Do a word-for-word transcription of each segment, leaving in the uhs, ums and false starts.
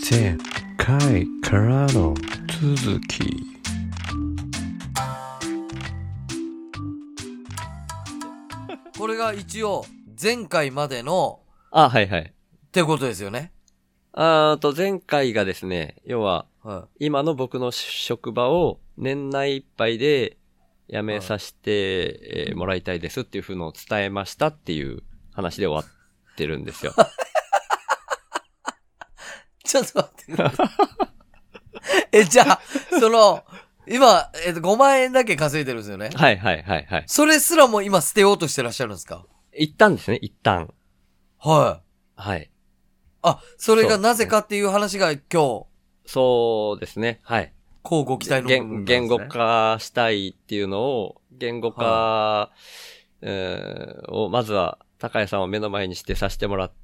前回からの続き。 これが一応前回までのあ、はいはい。 ってことですよね。 あーと、前回がですね、要は、 は今の僕の職場を年内いっぱいで辞めさせて、えーもらいたいですっていう風のを伝えましたっていう話で終わってるんですよ。 い。ちょっと待ってください。え、じゃあ、その、今、えっと、ごまん円だけ稼いでるんですよね。 はいはいはいはい。 それすらも今捨てようとしてらっしゃるんですか？ 一旦ですね、一旦。 はい。 はい。 あ、それがなぜかっていう話が今日、 そうですね、はい。 こうご期待の部分なんですね。 言言語化したいっていうのを、言語化、 はえーを、まずは、高谷さんを目の前にしてさせてもらって、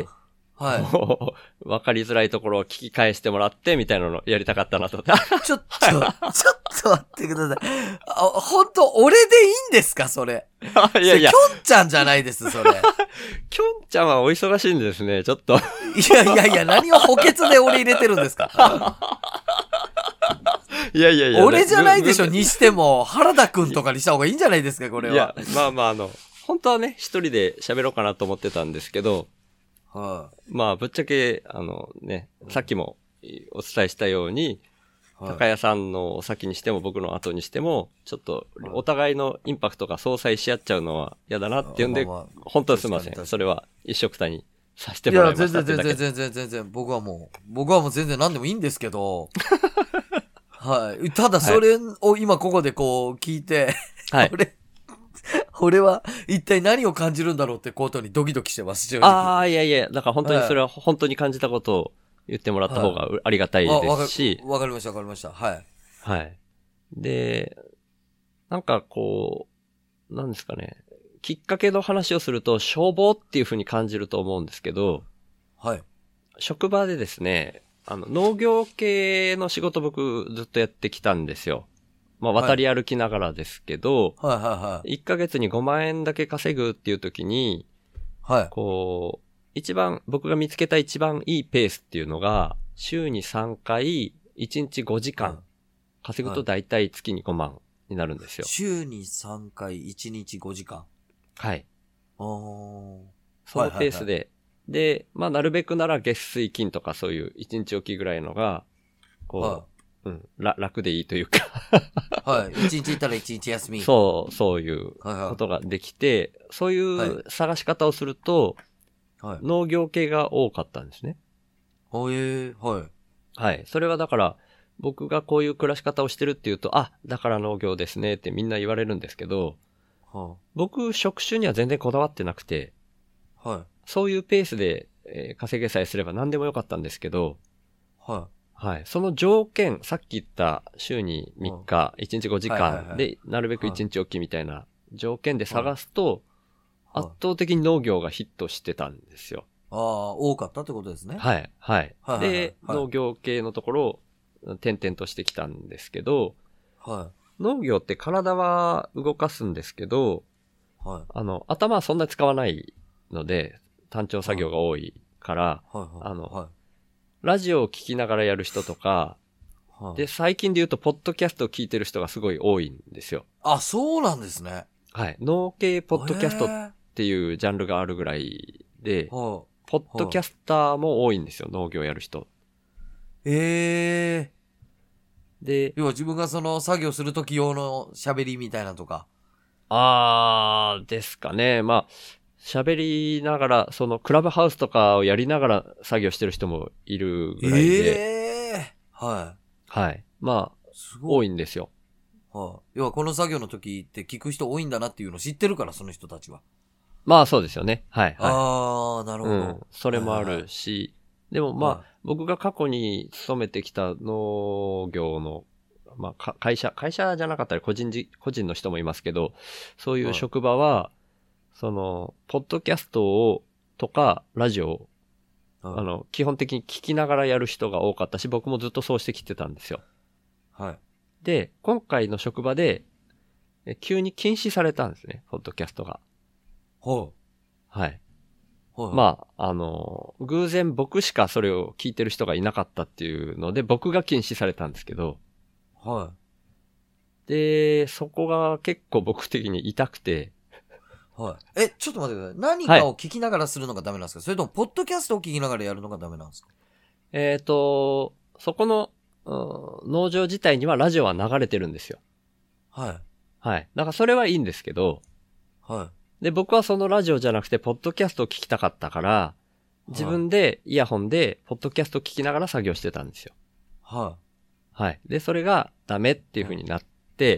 はい。 こうわかりづらいところを聞き返してもらって、みたいなのをやりたかったなと思って。 ちょっと、ちょっと待ってください。あ、ほんと、俺でいいんですかそれ。 いやいや、 それきょんちゃんじゃないです、それ。 きょんちゃんはお忙しいんですね、ちょっと。 いやいやいや、何を補欠で俺入れてるんですか？ いやいやいや。 俺じゃないでしょ、 むむにしても。原田くんとかにした方がいいんじゃないですか、これは。 いや、まあまああの、本当はね、一人で喋ろうかなと思ってたんですけど、 はまあぶっちゃけ、あのね、さっきもお伝えしたように、 い。はい。 高谷さんの先にしても僕の後にしても、ちょっとはいお互いのインパクトが相殺し合っちゃうのは嫌だなっていうんで、 まあまあ本当はすいません。 確かに確かにそれは一緒くたにさせていや、 もらいま全然全したってだけで。 然全然全然、僕はもう、僕はもう全然何でもいいんですけど、はい。ただそれを今ここでこう聞いて、 はい。 俺、俺は一体何を感じるんだろうってことにドキドキしてます、正直。 ああ、いやいや、だから本当にそれは本当に感じたことを言ってもらった方がうありがたいあわかですし、 わかりました、わかりました。はい。 はい。で、なんかこう、なんですかね、きっかけの話をすると、消防っていう風に感じると思うんですけど、 はい。 職場でですね、あの、農業系の仕事僕ずっとやってきたんですよ。まあ、 はい渡り歩きながらですけど、 はいはいはい。 いっかげつにごまん円だけ稼ぐっていう時に、 はい。 こう、一番、僕が見つけた一番いいペースっていうのが、週にさんかい、いちにちごじかん、稼ぐとだいたい月にごまんになるんですよ。 週にさんかい、いちにちごじかん。 はい。 あー。 そのペースで、で、まあ、なるべくなら月水金とかそういういちにちおきぐらいのが、こう、 はうん、ら楽でいいというかい。はい。いちにち行ったらいちにち休み。 そう、そういうはいはいことができて、そういはいう探し方をすると、 はい。 農業系が多かったんですね。 ほえー、はい。 はい。それはだから、僕がこういう暮らし方をしてるっていうと、あ、だから農業ですねってみんな言われるんですけど、 は僕、職種には全然こだわってなくて、 い。はい。 そういうペースで、えー稼げさえすれば何でもよかったんですけど、 ははい。その条件、さっき言った週にみっか、いちにちごじはいはいはいかんで、なるべくいちにちおきみたいな条件で探すと、 はい圧倒的に農業がヒットしてたんですよ。 い。ああ、多かったってことですね。 はい、はい。 はいはいはいで、 はい農業系のところを転々としてきたんですけど、 は農業って体は動かすんですけど、 い。はい。 あの、頭はそんなに使わないので、単調作業が多いから、 はいはい。 あのはい。 ラジオを聞きながらやる人とか、 はい。 で、最近で言うと、ポッドキャストを聞いてる人がすごい多いんですよ。 あ、そうなんですね。 はい。農系ポッドキャストっへーていうジャンルがあるぐらいで、 はポッドキャスターも多いんですよ、農業やる人。 い。ええで、 要は自分がその作業するとき用の喋りみたいなとか。 あーですかね。まあ、喋りながら、そのクラブハウスとかをやりながら作業してる人もいるぐらいで、 ええははい。まあ、 い。す多ごい。 いんですよ。 はい。要はこの作業の時って聞く人多いんだなっていうのを知ってるから、その人たちは。 まあそうですよね。はい、はい。 ああ、なるほど。 うん。それもあるし、でもまあ、 はい僕が過去に勤めてきた農業の、まあか会社、会社じゃなかったら個人じ、個人の人もいますけど、そういう職場は、その、ポッドキャストを、とか、ラジオを、 はいあの、基本的に聞きながらやる人が多かったし、僕もずっとそうしてきてたんですよ。 はい。 で、今回の職場で、え急に禁止されたんですね、ポッドキャストが。 ほはい。 う。 はいはい、 まあ、あの、偶然僕しかそれを聞いてる人がいなかったっていうので、僕が禁止されたんですけど、 はい。 で、そこが結構僕的に痛くて、 はい。え、ちょっと待ってください。何はい。 かを聞きながらするのがダメなんですか？それとも、ポッドキャストを聞きながらやるのがダメなんですか？ えっと、そこの、うん農場自体にはラジオは流れてるんですよ。 はい。 はい。だからそれはいいんですけど、 はい。 で、僕はそのラジオじゃなくて、ポッドキャストを聞きたかったから、自はい。 分でイヤホンで、ポッドキャストを聞きながら作業してたんですよ。 ははい。で、それがダメってい。 いう風になって、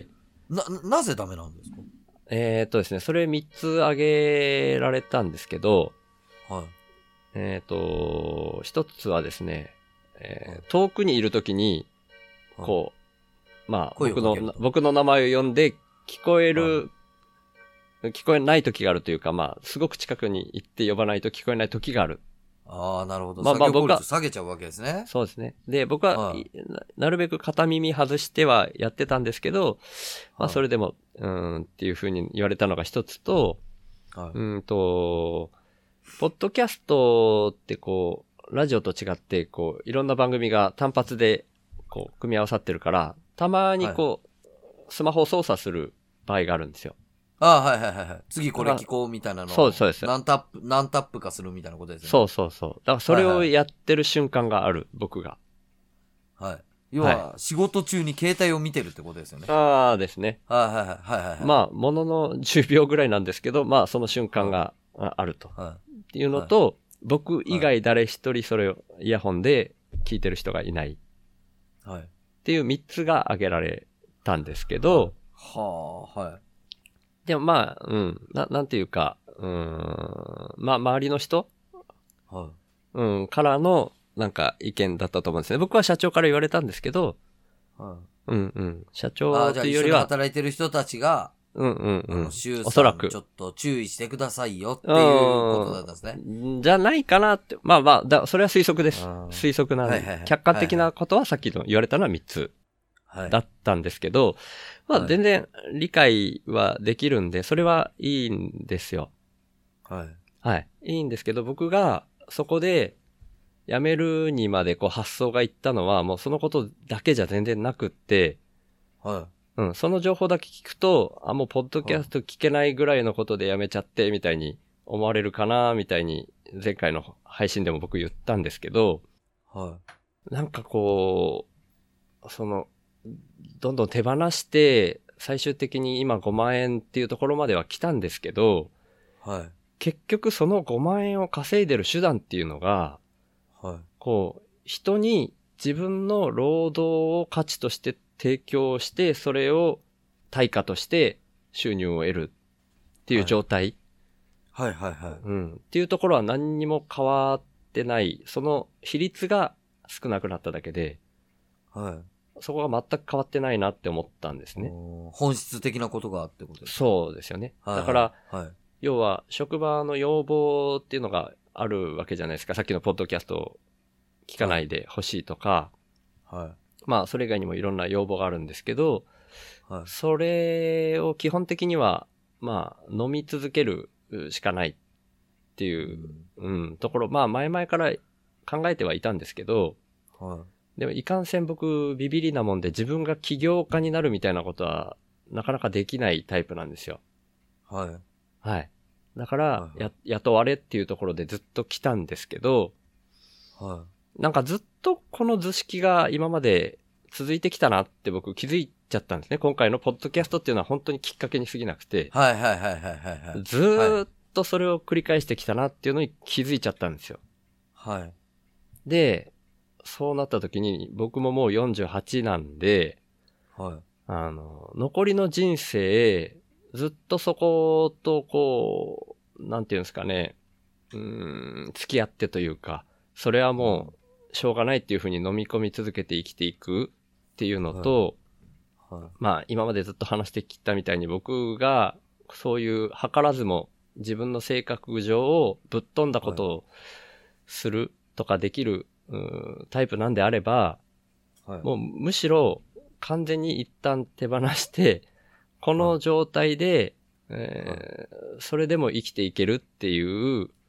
な、なぜダメなんですか？ えーっとですね、それみっつ挙げられたんですけど、 はい。 えーっと、ひとつはですね、えーはい遠くにいるときに、 はいこう、まあ、僕の、 声をかけると。 僕の名前を呼んで聞こえはる、聞こえない時があるというか、まあ、すごく近くに行って呼ばないと聞こえない時がある。 ああ、なるほど。 まあまあ作業効僕は率下げちゃうわけですね。 そうですね。で、僕は、 はいななるべく片耳外してはやってたんですけど、まあはいそれでも、うーんっていう風に言われたのが一つと、 はうーんと、ポッドキャストってこう、ラジオと違って、こう、いろんな番組が単発で、こう、組み合わさってるから、たまい。はい。 にこう、スマホを操作する場合があるんですよ。 ああ、はいはいはいはい。次これだから聞こうみたいなのをそうです、そうです。 何タップ、何タップかするみたいなことですよね。 そうそうそう。だからそれをはいはい。 やってる瞬間がある、僕が。 はい。要はい。 は、仕事中に携帯を見てるってことですよね。 ああですね。 はいはいはいはいはいはい。 まあ、もののじゅうびょうぐらいなんですけど、まあ、その瞬間がああると。 はっていうい。はい。 のと、僕以外誰一人それをイヤホンで聞いてる人がいないっはい。 ていうみっつが挙げられたんですけはい。 ど、 はあ、はい。 でもまあ、うん、な、なんていうか、うーん、まあ、周りの人、 はうん、からの、なんか意見だったと思うんですね。僕は社長から言われたんですけど、 い。はい。 うんうん。社ああ、 長っじゃあ一緒にていうよりは、 働いてる人たちが、 うんうんあの、 うん。 シュウおそらく。 さんちょっと注意してくださいようっていうことだったんですね。 ん。じゃないかなって。まあまあ、だ、それは推測です。 あー推測なんで。 はいはいはい。 客観的なことはさっきの言われたのはみっつはい。 だったんですけど、まあはい全然理解はできるんで、それはいいんですよ。 はい。 はい。いいんですけど、僕がそこで辞めるにまでこう発想がいったのは、もうそのことだけじゃ全然なくって、 はうん、その情報だけ聞くと、あ、もうポッドキャスト聞けないぐらいのことでやめちゃって、みたいに思われるかな、みたいに、前回の配信でも僕言ったんですけど、 い。はなんかこう、その、どんどん手放して、最終的に今ごまん円っていうところまでは来たんですけど、 い。はい。 結局そのごまん円を稼いでる手段っていうのが、 はい。 こう、人に自分の労働を価値として提供して、それを対価として収入を得るっていう状態、 はいはいはい。 うん。っていうところは何にも変わってない。その比率が少なくなっただけで、 はい。 そこが全く変わってないなって思ったんですね。 おー本質的なことがってことですか？ そうですよね。 はいはいだから、 はい。 要は職場の要望っていうのがあるわけじゃないですか。さっきのポッドキャストを聞かないでほしいとか、 はまあそれ以外にもいろんな要望があるんですけど、 い。はい。 それを基本的には、まあ飲み続けるしかないっていう、うん、ところ、まあ前々から考えてはいたんですけど、 はでもいかんせん僕ビビりなもんで自分が起業家になるみたいなことはなかなかできないタイプなんですよ。 い。はい。 はい。だから、 はいや、雇われっていうところでずっと来たんですけど、 はなんかずっとこの図式が今まで続いてきたなって僕気づいちゃったんですね。今回のポッドキャストっていうのは本当にきっかけに過ぎなくて、 い。はいはいはいはいはいはい。 ずーっとそれを繰り返してきたなっていうのに気づいちゃったんですよ。 はい。 で、そうなった時に僕ももうよんじゅうはちなんで、 はい。 あの、残りの人生、ずっとそことこう、なんていうんですかね、うーん、付き合ってというか、それはもう、しょうがないっていうふうに飲み込み続けて生きていくっていうのと、 はまあ今までずっと話してきたみたいに僕がそういう図らずも自分の性格上ぶっ飛んだことをするとかできる、うータイプなんであれば、 い。はい。 もうむしろ完全に一旦手放して、この状態で、えーそれでも生きていけるっていう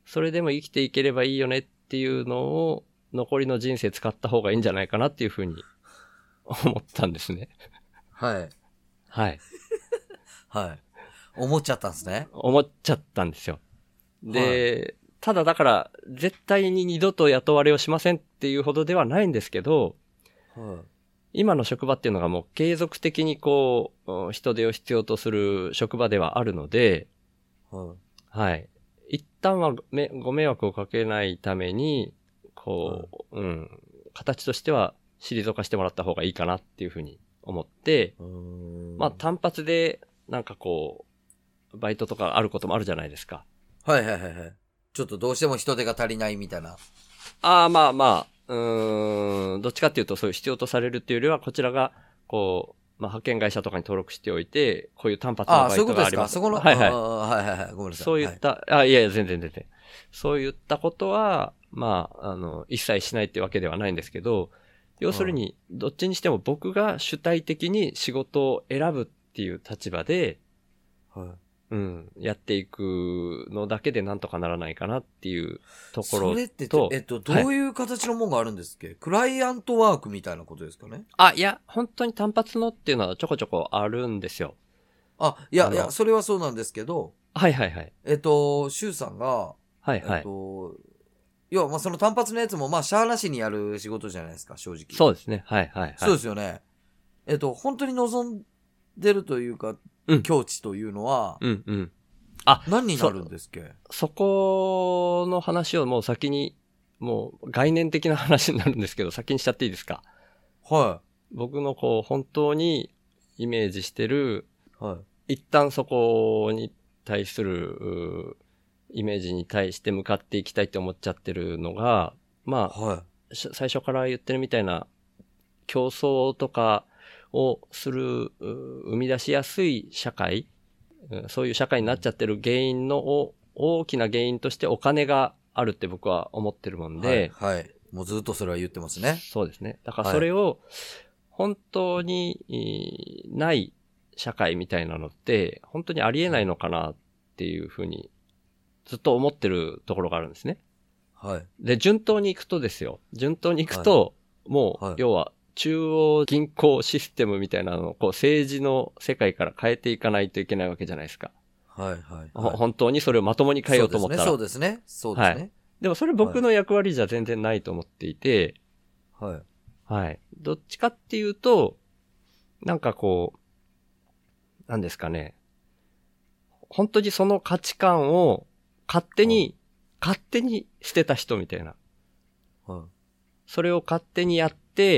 それでも生きていければいいよねっていうのを残りの人生使った方がいいんじゃないかなっていうふうに思ったんですね。 はい。 はい。 はい。思っちゃったんですね。 思っちゃったんですよ。で、 はただだから、絶対に二度と雇われをしませんっていうほどではないんですけど、 はい。 今の職場っていうのがもう継続的にこう、人手を必要とする職場ではあるので、 はい。 はい。一旦はめご迷惑をかけないために、こう、うん、形としては退かしてもらった方がいいかなっていうふうに思って、 うーんまあ単発でなんかこう、バイトとかあることもあるじゃないですか。 はいはいはいはい。ちょっとどうしても人手が足りないみたいな。 ああ、まあまあ、うーん、どっちかっていうとそういう必要とされるっていうよりは、こちらが、こう、まあ派遣会社とかに登録しておいて、こういう単発のああ、 バイそういうことですか。 トがあります。 そこの、 はいはい。 ああはいはいはい。ごめんなさい。 そういった、あ、いやいや、全然全然。そういったことは、まあ、あの、一切しないってわけではないんですけど、要するに、どっちにしても僕が主体的に仕事を選ぶっていう立場で、 はい。はい。 うん、やっていくのだけでなんとかならないかなっていうところと。 それって、えっと、どはいういう形のものがあるんですっけ、クライアントワークみたいなことですかね。 あ、いや、本当に単発のっていうのはちょこちょこあるんですよ。 あ、いやあのいや、それはそうなんですけど、 はいはいはい。 えっと、シュウさんが、えっはいはい。 と、要は、まあ、その単発のやつも、まあ、シャアなしにやる仕事じゃないですか、正直。 そうですね。はいはいはい。 そうですよね。えっと、本当に望んでるというか、 うん境地というのは、 うんうん。あ、 何になるんですっけ？ そこの話をもう先に、もう概念的な話になるんですけど、先にしちゃっていいですか？ は僕のこう、本当にイメージしてる、 い。はい。 一旦そこに対する、うイメージに対して向かっていきたいって思っちゃってるのが、まあ、 はし最初から言ってるみたいな競争とかをする、う生み出しやすい社会、うんそういう社会になっちゃってる原因のお大きな原因としてお金があるって僕は思ってるもんい。 で、 はい。はい。もうずっとそれは言ってますね。 そうですね。だからそれを本当に、いない社会みたいなのって本当にありえないのかなっていうふうにずっと思ってるところがあるんですね。 はい。 で、順当に行くとですよ。順当に行くと、もう、 はい要は、中央銀行システムみたいなのを、こう、政治の世界から変えていかないといけないわけじゃないですか。 はい。はい。 ほはい。 本当にそれをまともに変えようと思ったら。 そうですね。そうですね。そうですね。 でもそれ僕の役割じゃ全然ないと思っていて、 はい。 はい。どっちかっていうと、なんかこう、なんですかね。本当にその価値観を勝手に、勝手に捨てた人みたいな。 はい。 それを勝手にやって、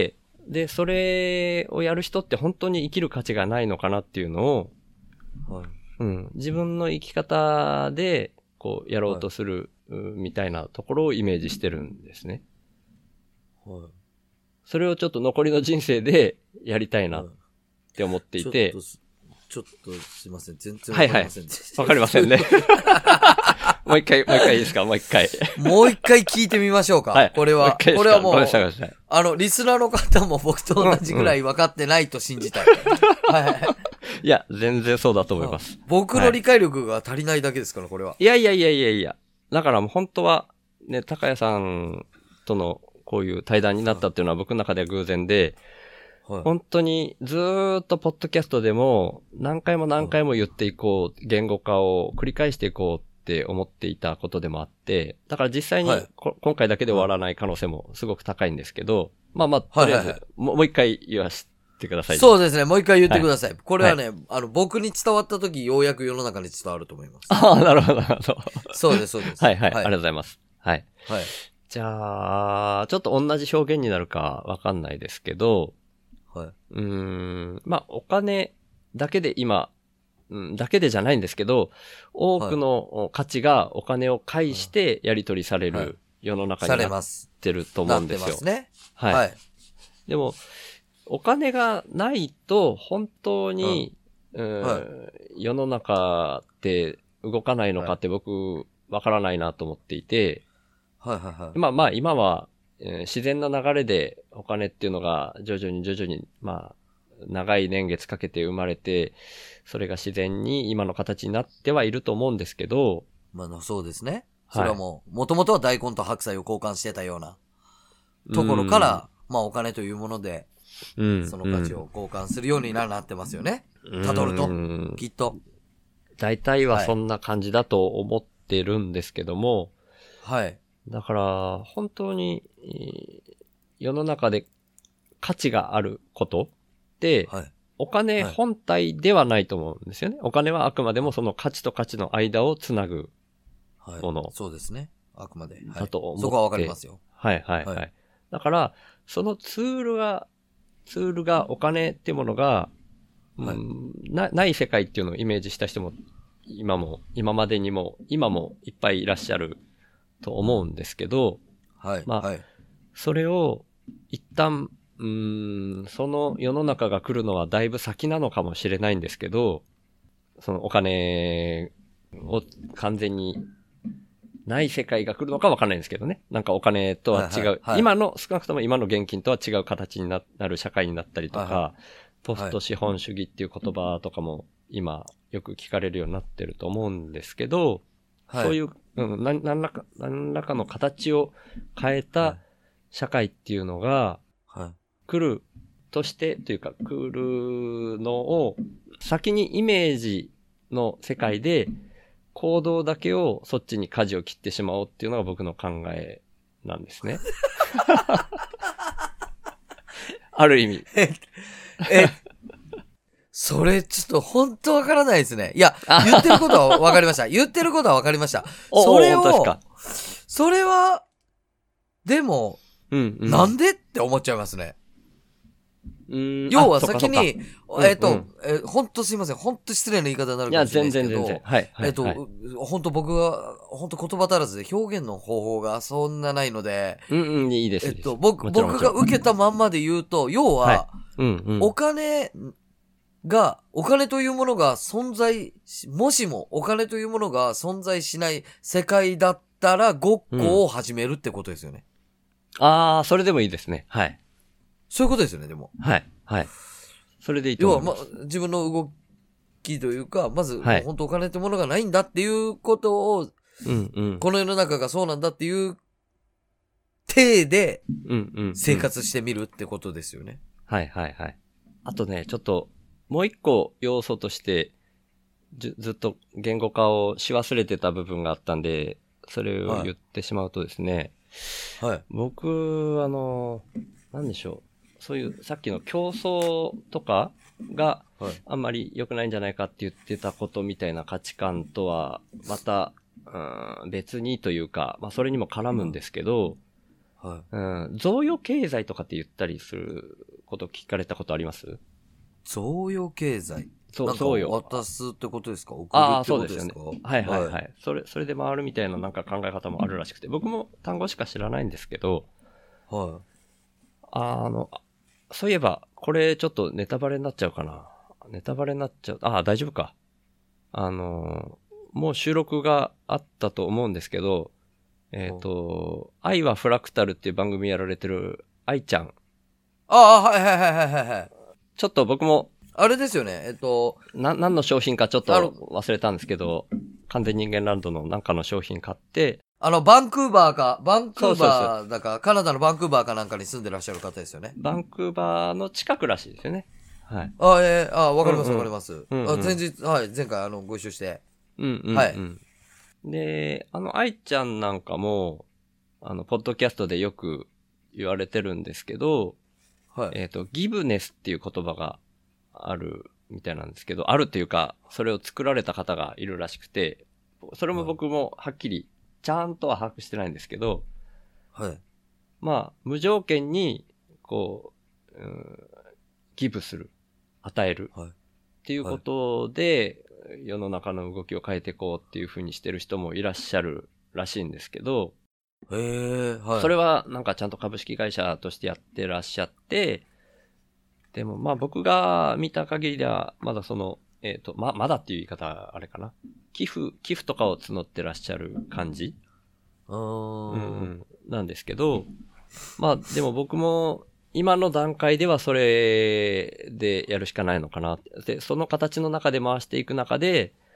で、それをやる人って本当に生きる価値がないのかなっていうのを、 はい。 うん、自分の生き方で、こう、やろうとする、うみたいなところをイメージしてるんですね。 はい。 それをちょっと残りの人生でやりたいなって思っていて、 ちょっとす、ちょっとすいません。全然わかりませんでした。 わかりませんね。もう一回、もう一回いいですか？もう一回。 もう一回聞いてみましょうか。 はい。 これは、 もう一回ですかこれはもう、 ごめんなさい、ごめんなさい。 あの、リスナーの方も僕と同じぐらい分かってないと信じたい。はいや、全然そうだと思いますい。。僕の理解力が足りないだけですから、これは。 いやいやいやいやいや。だからもう本当は、ね、高谷さんとのこういう対談になったっていうのは僕の中では偶然で、 はい。 本当にずーっとポッドキャストでも何回も何回も言っていこう、言語化を繰り返していこうって思っていたことでもあって、だから実際にはいこ今回だけで終わらない可能性もすごく高いんですけど、まあまあ、とりあえず、 はいはいはいもうもう一回言わせてください。 そうですね。もう一回言ってください。これはね、あの、僕に伝わった時、ようやく世の中に伝わると思います。 ああ、なるほど、なるほど。 そうです、そうです。 はいはい、あはい。 りがとうございます。はい。 はい。 じゃあ、ちょっと同じ表現になるかわかんないですけど、 はい。 うーん、まあ、お金だけで今、うん、だけでじゃないんですけど、多くの価値がお金を介してやり取りされはいる世の中さになっれます。 てると思なってうんですよ。 ますね。 はい。 はい。 でも、お金がないと本当に、うんは世の中って動かないのかって僕、わからないなと思っていて、 はいはいはい。 まあまあ今は、えー自然な流れでお金っていうのが徐々に徐々に、まあ、長い年月かけて生まれて、それが自然に今の形になってはいると思うんですけど、 まあ、そうですね。 それはもう、もともとは大根と白菜を交換してたようなところから、まあお金というもので、 うん、 その価値を交換するようになってますよね。たどると、きっと。 大体はそんな感じだと思ってるんですけども、 はい。 だから、本当に、世の中で価値があることって、はい、お金本体ではないと思うんですよね。お金はあくまでもその価値と価値の間をつなぐもの、はい。 そうですね。あくまで。 だと思って、 そこはわかりますよ。 はいはいはい。はい、だから、そのツールが、ツールがお金っていうものが、はい、な, ない世界っていうのをイメージした人も今も今までにも今もいっぱいいらっしゃると思うんですけど、 はい、 まあ、 はい、 それを一旦うーんその世の中が来るのはだいぶ先なのかもしれないんですけど、そのお金を完全にない世界が来るのかわかんないんですけどね。なんかお金とは違う、はいはいはい、今の少なくとも今の現金とは違う形になる社会になったりとか。はいはい、ポスト資本主義っていう言葉とかも今よく聞かれるようになってると思うんですけど、はい、そういう、うん、何, 何, らか何らかの形を変えた社会っていうのが来るとしてというか来るのを先にイメージの世界で行動だけをそっちに舵を切ってしまおうっていうのが僕の考えなんですね。ある意味。 え、それちょっと本当わからないですね。いや、言ってることはわかりました。言ってることはわかりました。それを、それは、でも、うんうん、なんでって思っちゃいますね。うん要は先に、えっと、うんうん、えー、本当すいません。本当失礼な言い方になるかもしれないですけど、いや、全然全然。はい。はい、えっと、はい、本当僕は、本当言葉足らずで表現の方法がそんなないので、 うんうん、いいです。 えっと、僕、僕が受けたまんまで言うと、要は、はい、うんうん、お金が、お金というものが存在し、もしもお金というものが存在しない世界だったら、ごっこを始めるってことですよね。 うん、ああ、それでもいいですね。はい。 そういうことですよね、でも。 はい。はい。それでいいと思います。 要は、ま、自分の動きというか、まず、はい、本当お金ってものがないんだっていうことを、うんうん、この世の中がそうなんだっていう体で、生活してみるってことですよね。 はいはいはい。あとね、ちょっと、もう一個要素として、ずずっと言語化をし忘れてた部分があったんで、それを言ってしまうとですね、はい。僕、あの、なんでしょう。そういうさっきの競争とかがあんまり良くないんじゃないかって言ってたことみたいな価値観とはまた、うん、別にというか、まあそれにも絡むんですけど、はい、うん、贈与経済とかって言ったりすること聞かれたことあります？ 贈与経済。 そう、贈与。 渡すってことですか？送るってことですか？ ああ、そうですよね。はいはいはい。はい、それ、それで回るみたいななんか考え方もあるらしくて、僕も単語しか知らないんですけど、はい。あの、そういえば、これちょっとネタバレになっちゃうかな。ネタバレになっちゃう。ああ、大丈夫か。あの、もう収録があったと思うんですけど、えっと、愛はフラクタルっていう番組やられてる愛ちゃん。 ああ、はいはいはいはいはい。 ちょっと僕も、 あれですよね、えっと、 な、何の商品かちょっと忘れたんですけど、完全人間ランドのなんかの商品買って、 あの、バンクーバーか、バンクーバーだか、カナダのバンクーバーかなんかに住んでらっしゃる方ですよね。 バンクーバーの近くらしいですよね。はい。 あ、えー、あ、わかりますわかります。うんうん、あ前日、はい、前回あの、ご一緒して。 うんうん、うん。はい。で、あの、愛ちゃんなんかも、あの、ポッドキャストでよく言われてるんですけど、はい。えっと、ギブネスっていう言葉があるみたいなんですけど、あるっていうか、それを作られた方がいるらしくて、それも僕もはっきり、ちゃんとは把握してないんですけど、はい。まあ、無条件に、こう、うん、ギブする、与える、はい。っていうことで、はい、世の中の動きを変えていこうっていう風にしてる人もいらっしゃるらしいんですけど、 へー、はい。 それはなんかちゃんと株式会社としてやってらっしゃって、でもまあ僕が見た限りでは、まだその、えっと、ま、まだっていう言い方、あれかな。寄付、寄付とかを募ってらっしゃる感じうん、うん、なんですけど、まあでも僕も今の段階ではそれでやるしかないのかな。で、その形の中で回していく中で、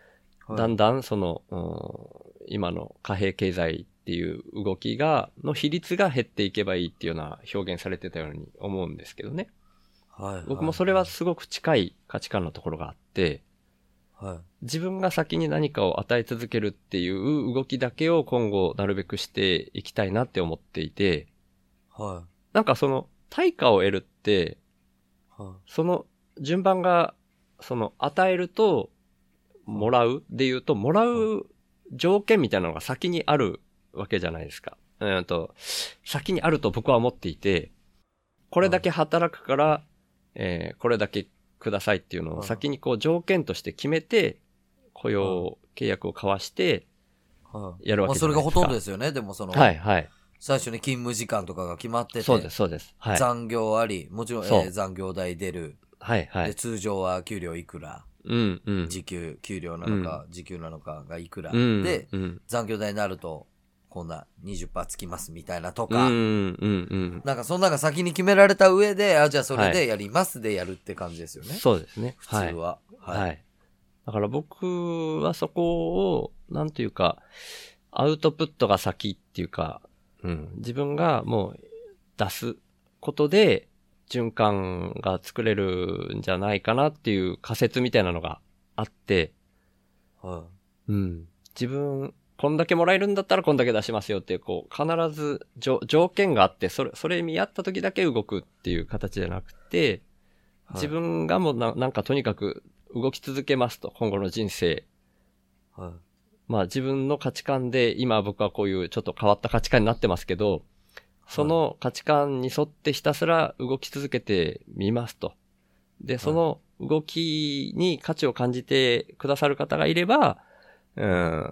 はい、 だんだんその、うん、今の貨幣経済っていう動きが、の比率が減っていけばいいっていうような表現されてたように思うんですけどね。 はいはい、 僕もそれはすごく近い価値観のところがあって、 はい、 自分が先に何かを与え続けるっていう動きだけを今後なるべくしていきたいなって思っていて、 はい、 なんかその対価を得るって、 はい、 その順番が、その与えるともらうで言うと、もらう条件みたいなのが先にあるわけじゃないですか。うんと、先にあると僕は思っていて、これだけ働くから、えー、これだけくださいっていうのを先にこう条件として決めて、雇用契約を交わして、やるわけじゃないですか。まあそれがほとんどですよね。でもその、 はいはい。 最初に勤務時間とかが決まってて、 そうですそうです。はい。 残業あり、もちろん、えー、残業代出る。 はいはい。 で、通常は給料いくら。 うんうん。 時給、給料なのか、うん、時給なのかがいくら。 うん、 で、 うん、 残業代になると、こんな にじゅっパーセント つきますみたいなとか。 うんうんうん。 なんかそんなが先に決められた上で、あ、じゃあそれでやりますでやるって感じですよね。はい、 そうですね。 普通は。 はい。はい。だから僕はそこを、なんていうか、アウトプットが先っていうか、うん、自分がもう出すことで循環が作れるんじゃないかなっていう仮説みたいなのがあって、 はい、 うん、自分こんだけもらえるんだったらこんだけ出しますよっていうこう必ず条件があって、それそれ見合った時だけ動くっていう形じゃなくて、自分がもう な, なんかとにかく動き続けますと、今後の人生。 はい、 まあ自分の価値観で、今僕はこういうちょっと変わった価値観になってますけど、その価値観に沿ってひたすら動き続けてみますと。で、その動きに価値を感じてくださる方がいれば、うん、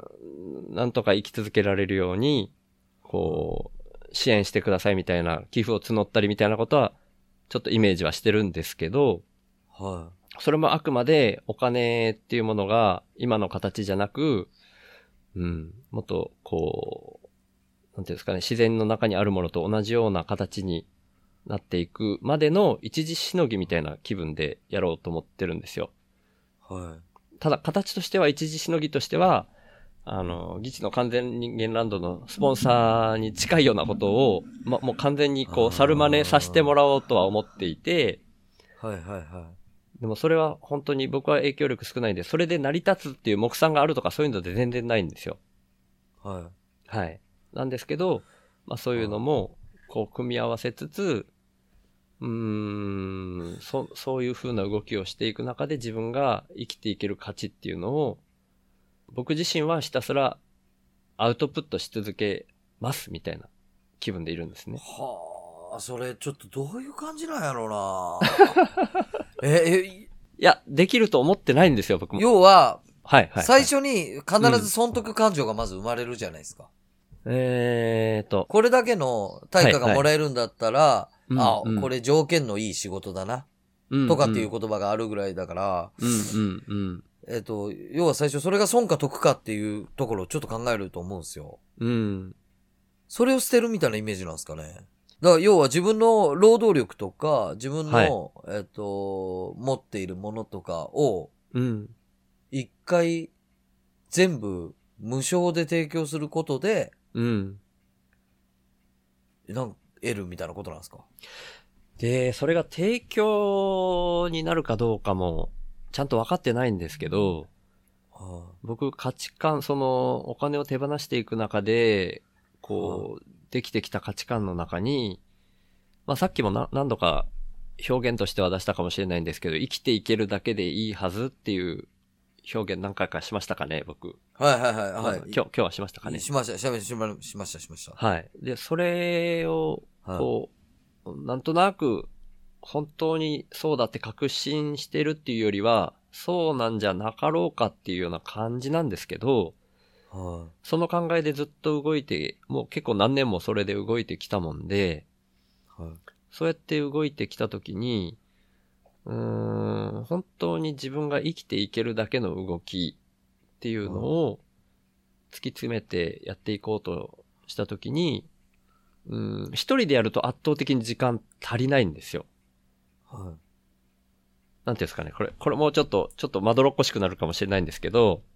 なんとか生き続けられるように、こう、支援してくださいみたいな、寄付を募ったりみたいなことは、ちょっとイメージはしてるんですけど、 はい。 それもあくまでお金っていうものが今の形じゃなく、うん、もっとこう、なんていうんですかね、自然の中にあるものと同じような形になっていくまでの一時しのぎみたいな気分でやろうと思ってるんですよ。 はい。 ただ、形としては一時しのぎとしては、あの、ギチの完全人間ランドのスポンサーに近いようなことを、ま、もう完全にこう、猿真似させてもらおうとは思っていて、 はいはいはい。 でもそれは本当に僕は影響力少ないんで、それで成り立つっていう目算があるとかそういうので全然ないんですよ。 はい。 はい。なんですけど、まあそういうのも、こう組み合わせつつ、うーん、そ、そういう風な動きをしていく中で自分が生きていける価値っていうのを、僕自身はひたすらアウトプットし続けますみたいな気分でいるんですね。 はあ、それちょっとどういう感じなんやろうなえ、え、 いや、できると思ってないんですよ、僕も。 要は、 はいはい、はい。 最初に必ず損得感情がまず生まれるじゃないですか。 うん、えーと。 これだけの対価がもらえるんだったら、はいはい、あ、 うんうん、 これ条件のいい仕事だな。うんうん、とかっていう言葉があるぐらいだから、 うんうんうん、 えっと、要は最初それが損か得かっていうところをちょっと考えると思うんですよ。 うん。 それを捨てるみたいなイメージなんですかね。だから要は自分の労働力とか、自分の、はい、えっと、持っているものとかを、 うん。 一回全部無償で提供することで、 うん。 なん得るみたいなことなんですか？ で、それが提供になるかどうかも、ちゃんと分かってないんですけど、はあ、僕価値観、そのお金を手放していく中で、こう、はあ、できてきた価値観の中に、まあさっきもな何度か表現としては出したかもしれないんですけど、生きていけるだけでいいはずっていう表現何回かしましたかね、僕。 はいはいはい、はい。 今日、今日はしましたかね。 しました、しました、しました、しました。 はい。で、それを、こう、はい、なんとなく、本当にそうだって確信してるっていうよりは、そうなんじゃなかろうかっていうような感じなんですけど、はい、その考えでずっと動いて、もう結構何年もそれで動いてきたもんで、はい、そうやって動いてきたときに、うーん、本当に自分が生きていけるだけの動きっていうのを突き詰めてやっていこうとしたときに、うん、一人でやると圧倒的に時間足りないんですよ。はい。なんていうんですかね、これ、これもうちょっと、ちょっとまどろっこしくなるかもしれないんですけど、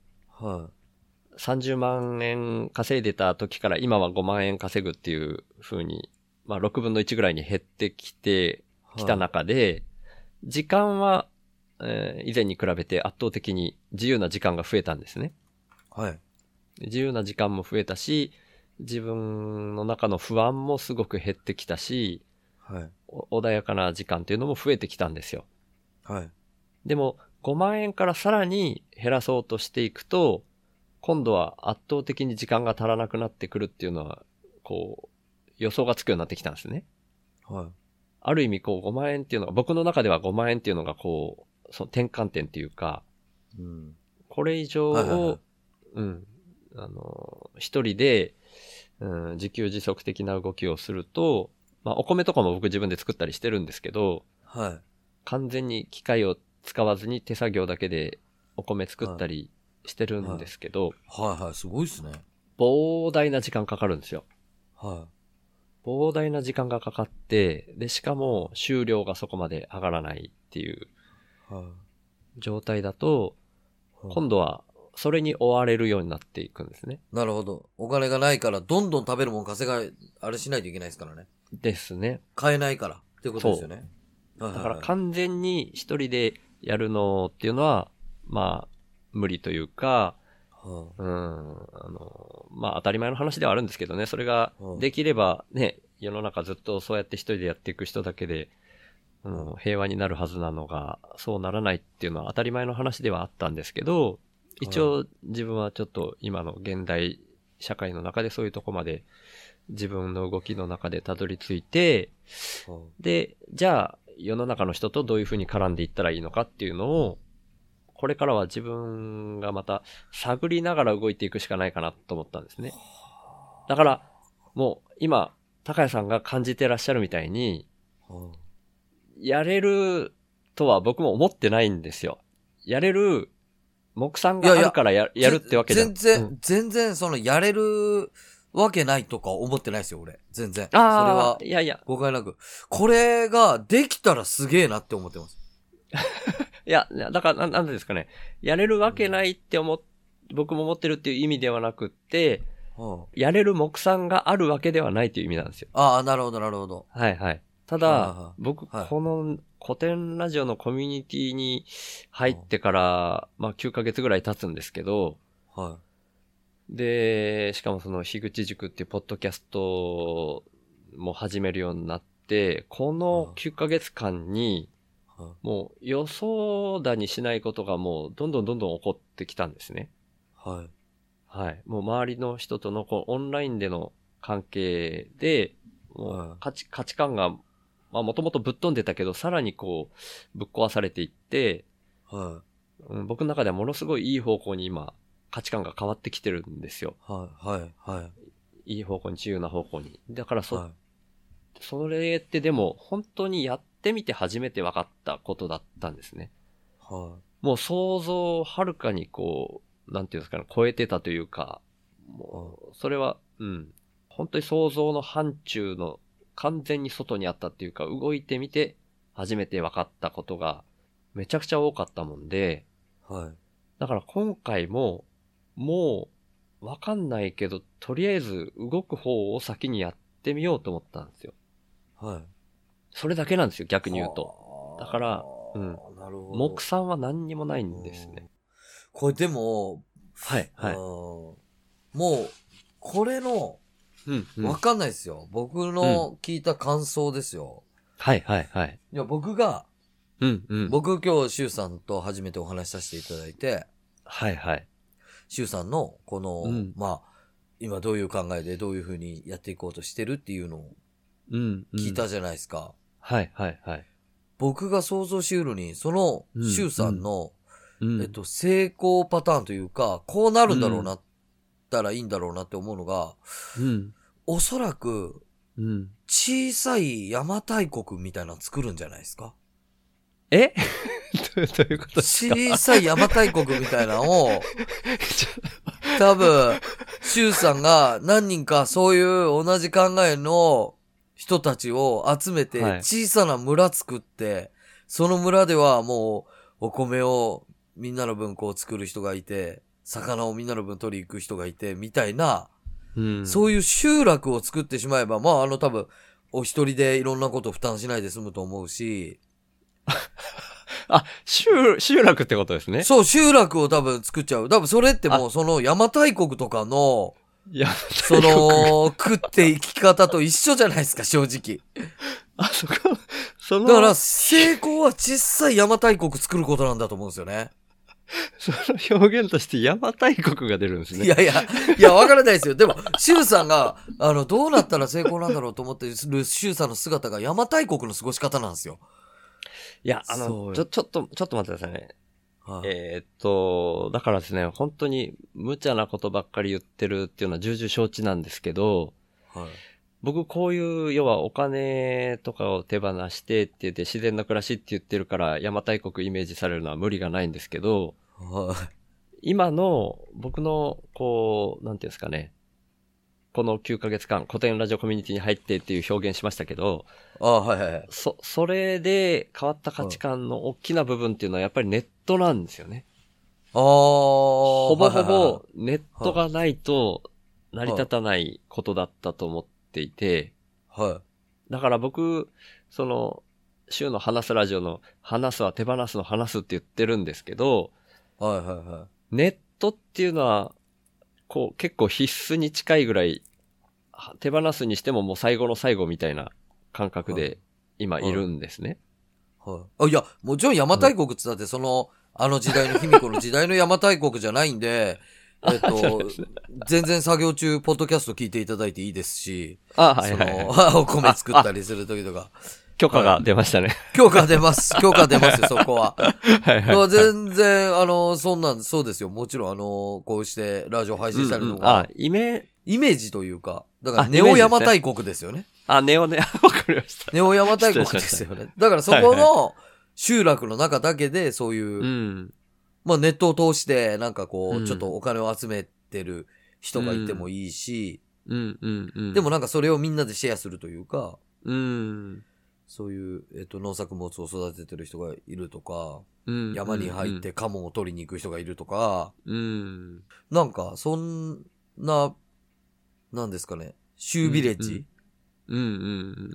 はさんじゅうまん円稼いでた時から今はごまん円稼ぐっていう風に、まあろくぶんのいちぐらいに減ってきてきた中で、時間は、えー以前に比べて圧倒的に自由な時間が増えたんですね。 い。はい。 自由な時間も増えたし、自分の中の不安もすごく減ってきたし、 はい。 お穏やかな時間っていうのも増えてきたんですよ。 はい。 でもごまん円からさらに減らそうとしていくと、今度は圧倒的に時間が足らなくなってくるっていうのは、こう、予想がつくようになってきたんですね。 はい。 ある意味こうごまん円っていうのが、僕の中ではごまん円っていうのがこう、その転換点っていうか、 うん。 これ以上を、 はいはいはいうん、あの、一人で、うん、自給自足的な動きをすると、まあお米とかも僕自分で作ったりしてるんですけど、 はい。 完全に機械を使わずに手作業だけでお米作ったりしてるんですけど、 はいはい。すごいっすね。 膨大な時間かかるんですよ。 は膨大な時間がかかって、で、しかも収量がそこまで上がらないっていうい。はい。 状態だと、 はい今度はそれに追われるようになっていくんですね。 なるほど。お金がないから、どんどん食べるもん稼が、あれしないといけないですからね。 ですね。 買えないから。っていうことですよね。だだから完全に一人でやるのっていうのは、まあ、無理というか、 はうん、あの、まあ当たり前の話ではあるんですけどね、それがうんできればね、世の中ずっとそうやって一人でやっていく人だけで、うん、平和になるはずなのが、そうならないっていうのは当たり前の話ではあったんですけど、一応自分はちょっと今の現代社会の中でそういうとこまで自分の動きの中でたどり着いて、 はで、じゃあ世の中の人とどういうふうに絡んでいったらいいのかっていうのを、これからは自分がまた探りながら動いていくしかないかなと思ったんですね。だから、もう今、高谷さんが感じてらっしゃるみたいに、 はやれるとは僕も思ってないんですよ。やれる目算があるからややるってわけじゃん。 全然、 うん全然、その、やれるわけないとか思ってないですよ、俺。全然。それあはあ、、いやいや、 誤解なく。これができたらすげえなって思ってます。 いや、だからな、なんでですかね。やれるわけないって思っ、僕も思ってるっていう意味ではなくって、 はやれる目算があるわけではないという意味なんですよ。 あ、ああ、なるほど、なるほど。 はいはい。たはいはいだは、い僕、 はいこの古典ラジオのコミュニティに入ってから、まあきゅうかげつぐらい経つんですけど、 はで、しかもその、樋口塾っていうポッドキャストも始めるようになって、このきゅうかげつかんに、 い。はもう予想だにしないことがもうどんどんどんどん起こってきたんですね。 い。はい。 はい。もう周りの人とのこうオンラインでの関係で、もはう価値、価値観が、まあもともとぶっ飛んでたけど、さらにこう、ぶっ壊されていって、 はうん、僕の中ではものすごいいい方向に今、価値観が変わってきてるんですよ。 い。はい。はい。はい。 いい方向に、自由な方向に。だからそ、 はい。 それってでも、本当にやってみて初めて分かったことだったんですね。 はもう想像をはるかにこう、なんていうんですかね、超えてたというか、もう、それは、うん、本当に想像の範疇の完全に外にあったっていうか、動いてみて初めて分かったことがめちゃくちゃ多かったもんで、 い。はい。 だから今回も、もう、わかんないけど、とりあえず動く方を先にやってみようと思ったんですよ。 はい。 それだけなんですよ、逆に言うと。 はあだからうんなるほど。 目算は何にもないんですね。 これでも、 はい、はい。 あーもう、これの、 うん、うん。 わかんないですよ。僕の聞いた感想ですよ。 はい、はい、はい。 いや、僕が、 うん、うん。 僕今日、シュウさんと初めてお話しさせていただいて、 はい、はい。 シュウさんの、この、 うんまあ、今どういう考えでどういうふうにやっていこうとしてるっていうのをうん、うん。 聞いたじゃないですか。 はい、はい、はい。 僕が想像しうるに、その、 うんシュウさんの、 うん。 えっと、成功パターンというか、こうなるんだろうな、ったらいいんだろうなって思うのが、 うん。 おそらく、 うん。 小さい邪馬台国みたいなの作るんじゃないですか。 えどうどういうことですか？ 小さい邪馬台国みたいなのを、多分、シュウさんが何人かそういう同じ考えの人たちを集めてはい小さな村作って、その村ではもうお米をみんなの分こう作る人がいて、 魚をみんなの分取り行く人がいて、みたいな、 うん、 そういう集落を作ってしまえば、まあ、あの多分、お一人でいろんなことを負担しないで済むと思うし。 あ、集、集落ってことですね。 そう、集落を多分作っちゃう。多分それってもうその邪馬台国とかの、 いや、 その、食って生き方と一緒じゃないですか、正直。 あ、そこ、その。 だから、成功は小さい邪馬台国作ることなんだと思うんですよね。 その表現として邪馬台国が出るんですね。 いやいや、いや、わからないですよ。でも、周さんが、あの、どうなったら成功なんだろうと思ってる周さんの姿が邪馬台国の過ごし方なんですよ。 いや、あの、ちょ、ちょっと、ちょっと待ってくださいね。はい、えー、っと、だからですね、本当に無茶なことばっかり言ってるっていうのは重々承知なんですけど、はい、僕こういう、要はお金とかを手放してって言って自然な暮らしって言ってるから邪馬台国イメージされるのは無理がないんですけど、はい、今の僕のこう、なんていうんですかね、このきゅうかげつかん古典ラジオコミュニティに入ってっていう表現しましたけど、 ああ、はいはいはい。 そ、それで変わった価値観の大きな部分っていうのはやっぱりネットなんですよね。 ああ。 ほぼほぼネットがないと成り立たないことだったと思っていて、 はい。 だから僕、その、週の話すラジオの話すは手放すの話すって言ってるんですけど、 はいはいはい。 ネットっていうのは、こう結構必須に近いぐらい、手放すにしてももう最後の最後みたいな感覚で今いるんですね。 はい。はい、あ、いや、もちろん邪馬台国ってだってその、あの時代の卑弥呼の時代の邪馬台国じゃないんで、えっと、全然作業中、ポッドキャスト聞いていただいていいですし、 あ、はいはい、はい、 その、お米作ったりするときとか。 許可が出ましたね。 許可出ます。許可出ますよ、そこは。はいはい、はい。全然、あの、そんなん、そうですよ。もちろん、あの、こうしてラジオ配信したりとか。 うんうん、あ、イメイメージというか、だから、ネオ邪馬台国ですよね。 あ、ネオね、わかりました。 ネオ邪馬台国ですよね。だからそこの集落の中だけで、そういう、うん、まあネットを通して、なんかこう、うん、ちょっとお金を集めてる人がいてもいいし、 うんうんうん、 でもなんかそれをみんなでシェアするというか、 うん、 そういう、えっと、農作物を育ててる人がいるとか、 うん、 山に入ってカモを取りに行く人がいるとか、 うん、 なんかそんな、なんですかね、シュービレッジ、 うんうんうん、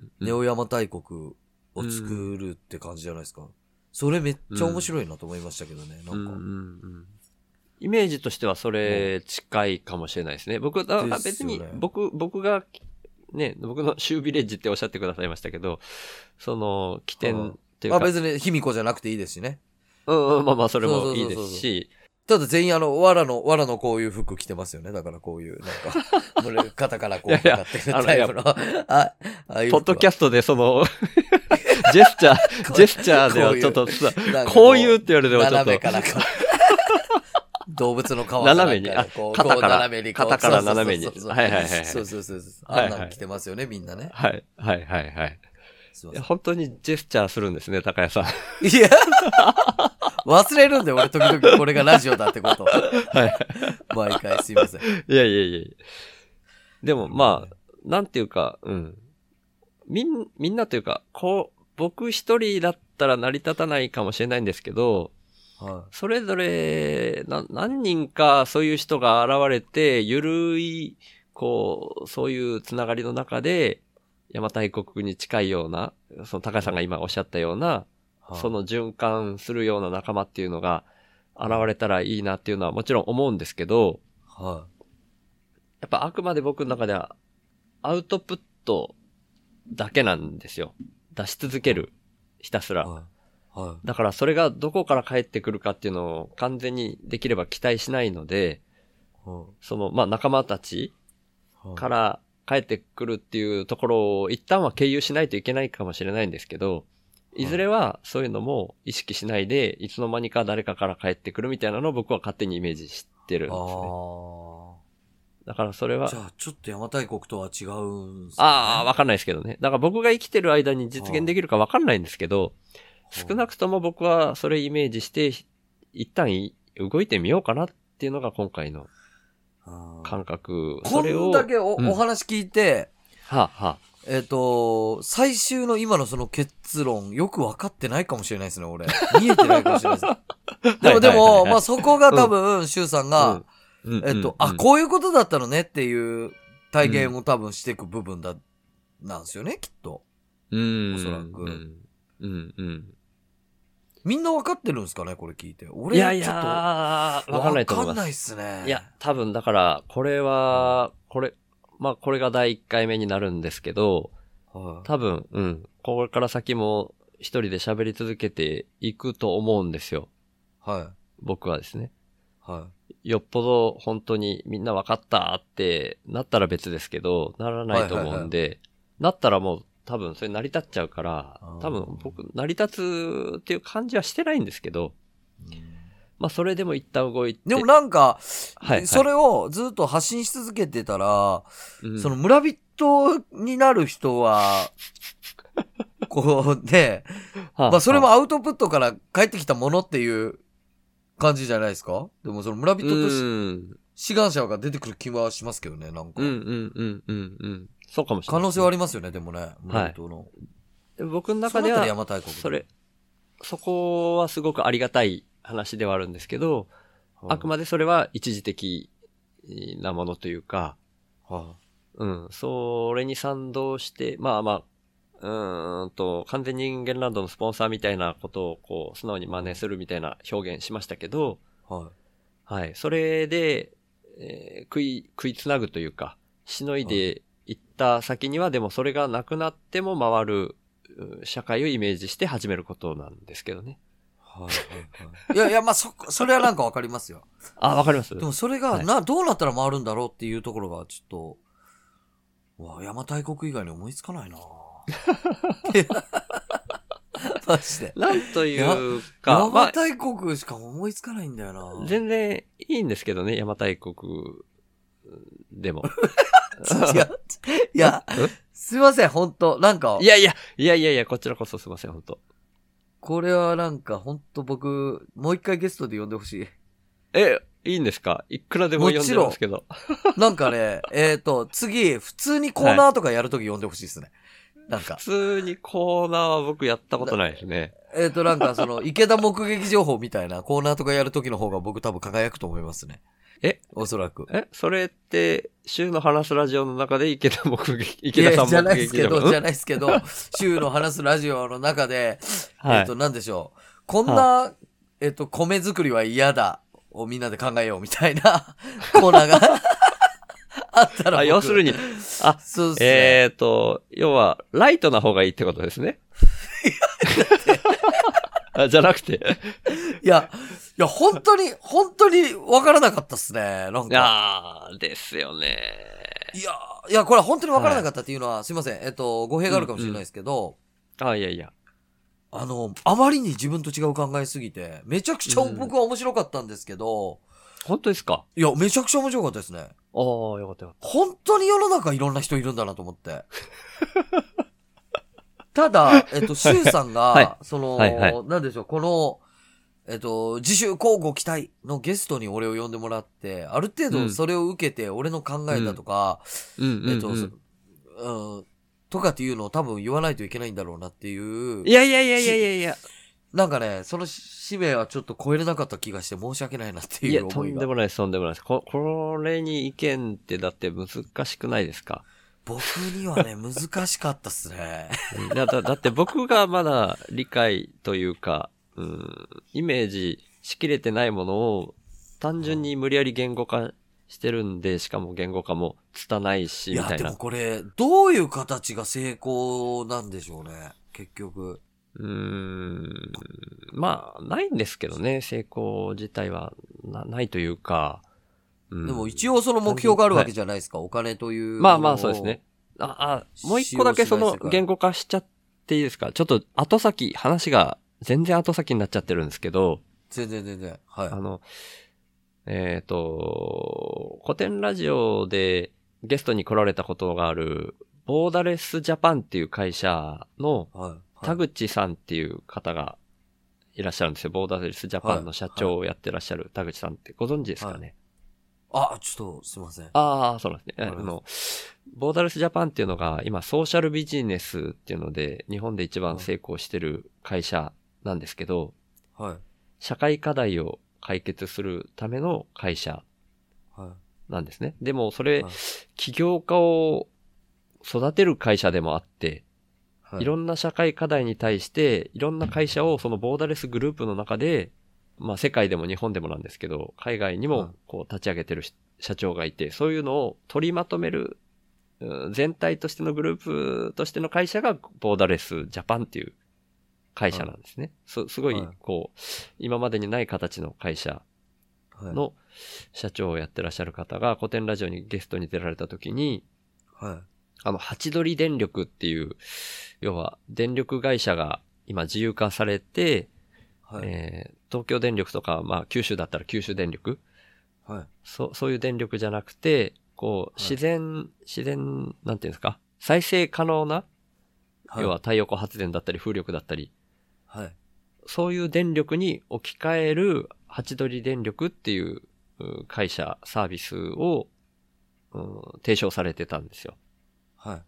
ネオ邪馬台国を作るって感じじゃないですか。うん、それめっちゃ面白いなと思いましたけどね、うん、なんか、うんうんうん。 イメージとしてはそれ近いかもしれないですね。僕、だから別に、僕、僕が、ね、僕のシュービレッジっておっしゃってくださいましたけど、その、起点っていうか。 まあ別に卑弥呼じゃなくていいですしね。 うんうん、まあまあそれもいいですし。 ただ全員あの、藁の、藁のこういう服着てますよね。だからこういう、なんか、肩からこうかかってるタイプの。あ、あいうポッドキャストでその、ジェスチャー、ジェスチャーではちょっとさ、こういうって言われてもちょっと。 斜めからこう。動物の皮から斜めに、あ、肩から、肩から斜めに。はいはいはい。 そうそうそう。あんなの着てますよね、みんなね。 はい、はいはいはい。本当にジェスチャーするんですね、高谷さん。 いや、忘れるんだよ、俺時々これがラジオだってこと。はい。毎回すいません。 いやいやいやでもまあ、なんていうか、うん。みん、みんなというか、こう、僕一人だったら成り立たないかもしれないんですけど、はい、それぞれな、何人かそういう人が現れて、ゆるい、こう、そういうつながりの中で、邪馬台国に近いような、その高橋さんが今おっしゃったような、はい、その循環するような仲間っていうのが現れたらいいなっていうのはもちろん思うんですけど、はい、やっぱあくまで僕の中ではアウトプットだけなんですよ。出し続ける。ひたすら。はいはい、だからそれがどこから帰ってくるかっていうのを完全にできれば期待しないので、はい、その、まあ、仲間たちから帰ってくるっていうところを一旦は経由しないといけないかもしれないんですけど、いずれはそういうのも意識しないで、いつの間にか誰かから帰ってくるみたいなのを僕は勝手にイメージしてるんですね。あだからそれは。 じゃあちょっと邪馬台国とは違うんですね。 ああ、わかんないですけどね。だから僕が生きてる間に実現できるかわかんないんですけど、少なくとも僕はそれイメージして、一旦動いてみようかなっていうのが今回の感覚。 それを。こんだけ お,、うん、お話聞いて、 はあはあ、 えっ、ー、と、最終の今のその結論、よく分かってないかもしれないですね、俺。見えてないかもしれないです。でもでも、まあそこが多分、シュウさんが、 うんえっと、 うんあ、こういうことだったのねっていう体験を多分していく部分だ、なんですよね、きっと。 うん。 おそらく。 うん。うんうん。 みんなわかってるんですかね、これ聞いて。俺、 いやいちょっと、 やー、わかんないと思います。 わかんないっすね。 いや、多分だから、これは、これ、まあこれがだいいっかいめになるんですけど、 はい、 多分、うん、これから先も一人で喋り続けていくと思うんですよ。 はい。 僕はですね。 はよっぽど本当にみんな分かったってなったら別ですけど、ならないと思うんで、はいはいはい、なったらもう多分それ成り立っちゃうから、多分僕成り立つっていう感じはしてないんですけど、まあそれでも一旦動いて。 でもなんか、 はいはい、それをずっと発信し続けてたら、 うん、 その村人になる人は、こうね、まあそれもアウトプットから返ってきたものっていう感じじゃないですか？でもその村人とし志願者が出てくる気はしますけどね、なんか。 うんうんうんうんうん。そうかもしれない、 可能性はありますよね、でもね、村人の。はい、 僕の中では、 山大国それ、そこはすごくありがたい話ではあるんですけど、はい、あくまでそれは一時的なものというか、はい、うん、それに賛同して、まあまあ、うーんと、完全人間ランドのスポンサーみたいなことをこう、素直に真似するみたいな表現しましたけど、はい。はい。それで、えー、食い、食いつなぐというか、しのいでいった先には、でもそれがなくなっても回る社会をイメージして始めることなんですけどね。 はいはいはい。いやいや、まあ、そ、それはなんかわかりますよ。 あ、わかります？ でもそれが、な、はい、どうなったら回るんだろうっていうところが、ちょっと、うわ、邪馬台国以外に思いつかないなマジで。 なんというか。 邪馬台国しか思いつかないんだよな、 まあ、全然いいんですけどね、邪馬台国でも。 いや、いや、すいません、ほんと。なんか。 いやいや、いやいやいや、こちらこそすいません、ほんと。 これはなんか、ほんと僕、もう一回ゲストで呼んでほしい。 え、いいんですか？いくらでも呼んでますけど。 なんかね、えっと、次、普通にコーナーとかやるとき呼んでほしいですね。なんか。 普通にコーナーは僕やったことないですね。 えっと、なんかその、池田目撃情報みたいなコーナーとかやるときの方が僕多分輝くと思いますね。 えおそらく。 えそれって、週の話すラジオの中で池田目撃、池田さん目撃情報。 じゃないですけど、じゃないですけど、週の話すラジオの中で、はい、えっと、なんでしょう。こんな、はえっと、米作りは嫌だをみんなで考えようみたいなコーナーがあったら僕。 あ、要するに、あ、 そうですね。 えっと、要は、ライトな方がいいってことですね。あ、じゃなくて。 いや、いや、本当に、本当に分からなかったっすね。なんか。 ああ、ですよね。 いや、いや、これは本当に分からなかったっていうのは、はい、すいません。えっと、語弊があるかもしれないですけど。 うんうん、あ、いやいや。 あの、あまりに自分と違う考えすぎて、めちゃくちゃ僕は面白かったんですけど。うん、 本当ですか？ いや、めちゃくちゃ面白かったですね。ああ、 よかったよかった。 本当に世の中いろんな人いるんだなと思って。ただ、えっと、シュウさんが、はい、その、はいはい、なんでしょう、この、えっと、次週交互期待のゲストに俺を呼んでもらって、ある程度それを受けて、俺の考えだとか、うん、えっと、うん、とかっていうのを多分言わないといけないんだろうなっていう。 いやいやいやいやいやいや。 なんかね、その使命はちょっと超えれなかった気がして申し訳ないなっていう思いが。 いや、とんでもないです、とんでもないです。こ、これに意見ってだって難しくないですか？ 僕にはね、難しかったっすね。 だ, だ, だって僕がまだ理解というか、うん、イメージしきれてないものを単純に無理やり言語化してるんで、しかも言語化も拙いし、みたいな。 いや、でもこれ、どういう形が成功なんでしょうね、結局。 うーん、まあ、ないんですけどね、成功自体は な, ないというか、 うん。でも一応その目標があるわけじゃないですか、はい、お金という。 まあまあそうですね。あ、あ、もう一個だけその言語化しちゃっていいですか？ちょっと後先、話が全然後先になっちゃってるんですけど。 全然全然。はい。 あの、えっと、古典ラジオでゲストに来られたことがある、ボーダレスジャパンっていう会社の田口さんっていう方がいらっしゃるんですよ。ボーダレスジャパンの社長をやってらっしゃる田口さんってご存知ですかね？ はい、あ、ちょっとすいません。 ああ、そうなんですね。あの、ボーダレスジャパンっていうのが今ソーシャルビジネスっていうので日本で一番成功してる会社なんですけど、はい、社会課題を解決するための会社なんですね。でもそれ、 はい、 起業家を育てる会社でもあって、はい、いろんな社会課題に対して、いろんな会社をそのボーダレスグループの中で、まあ世界でも日本でもなんですけど、海外にもこう立ち上げてる社長がいて、そういうのを取りまとめる、全体としてのグループとしての会社がボーダレスジャパンっていう会社なんですね。はい、すごい、こう、今までにない形の会社の社長をやってらっしゃる方が古典ラジオにゲストに出られた時に、はい、あの、ハチドリ電力っていう、要は電力会社が今自由化されて、はい、えー、東京電力とか、まあ九州だったら九州電力、はい、そそういう電力じゃなくて、こう、自然、はい、自然、なんていうんですか、再生可能な、はい、要は太陽光発電だったり風力だったり、はい、そういう電力に置き換えるハチドリ電力っていう会社、サービスを、うん、提唱されてたんですよ。はい。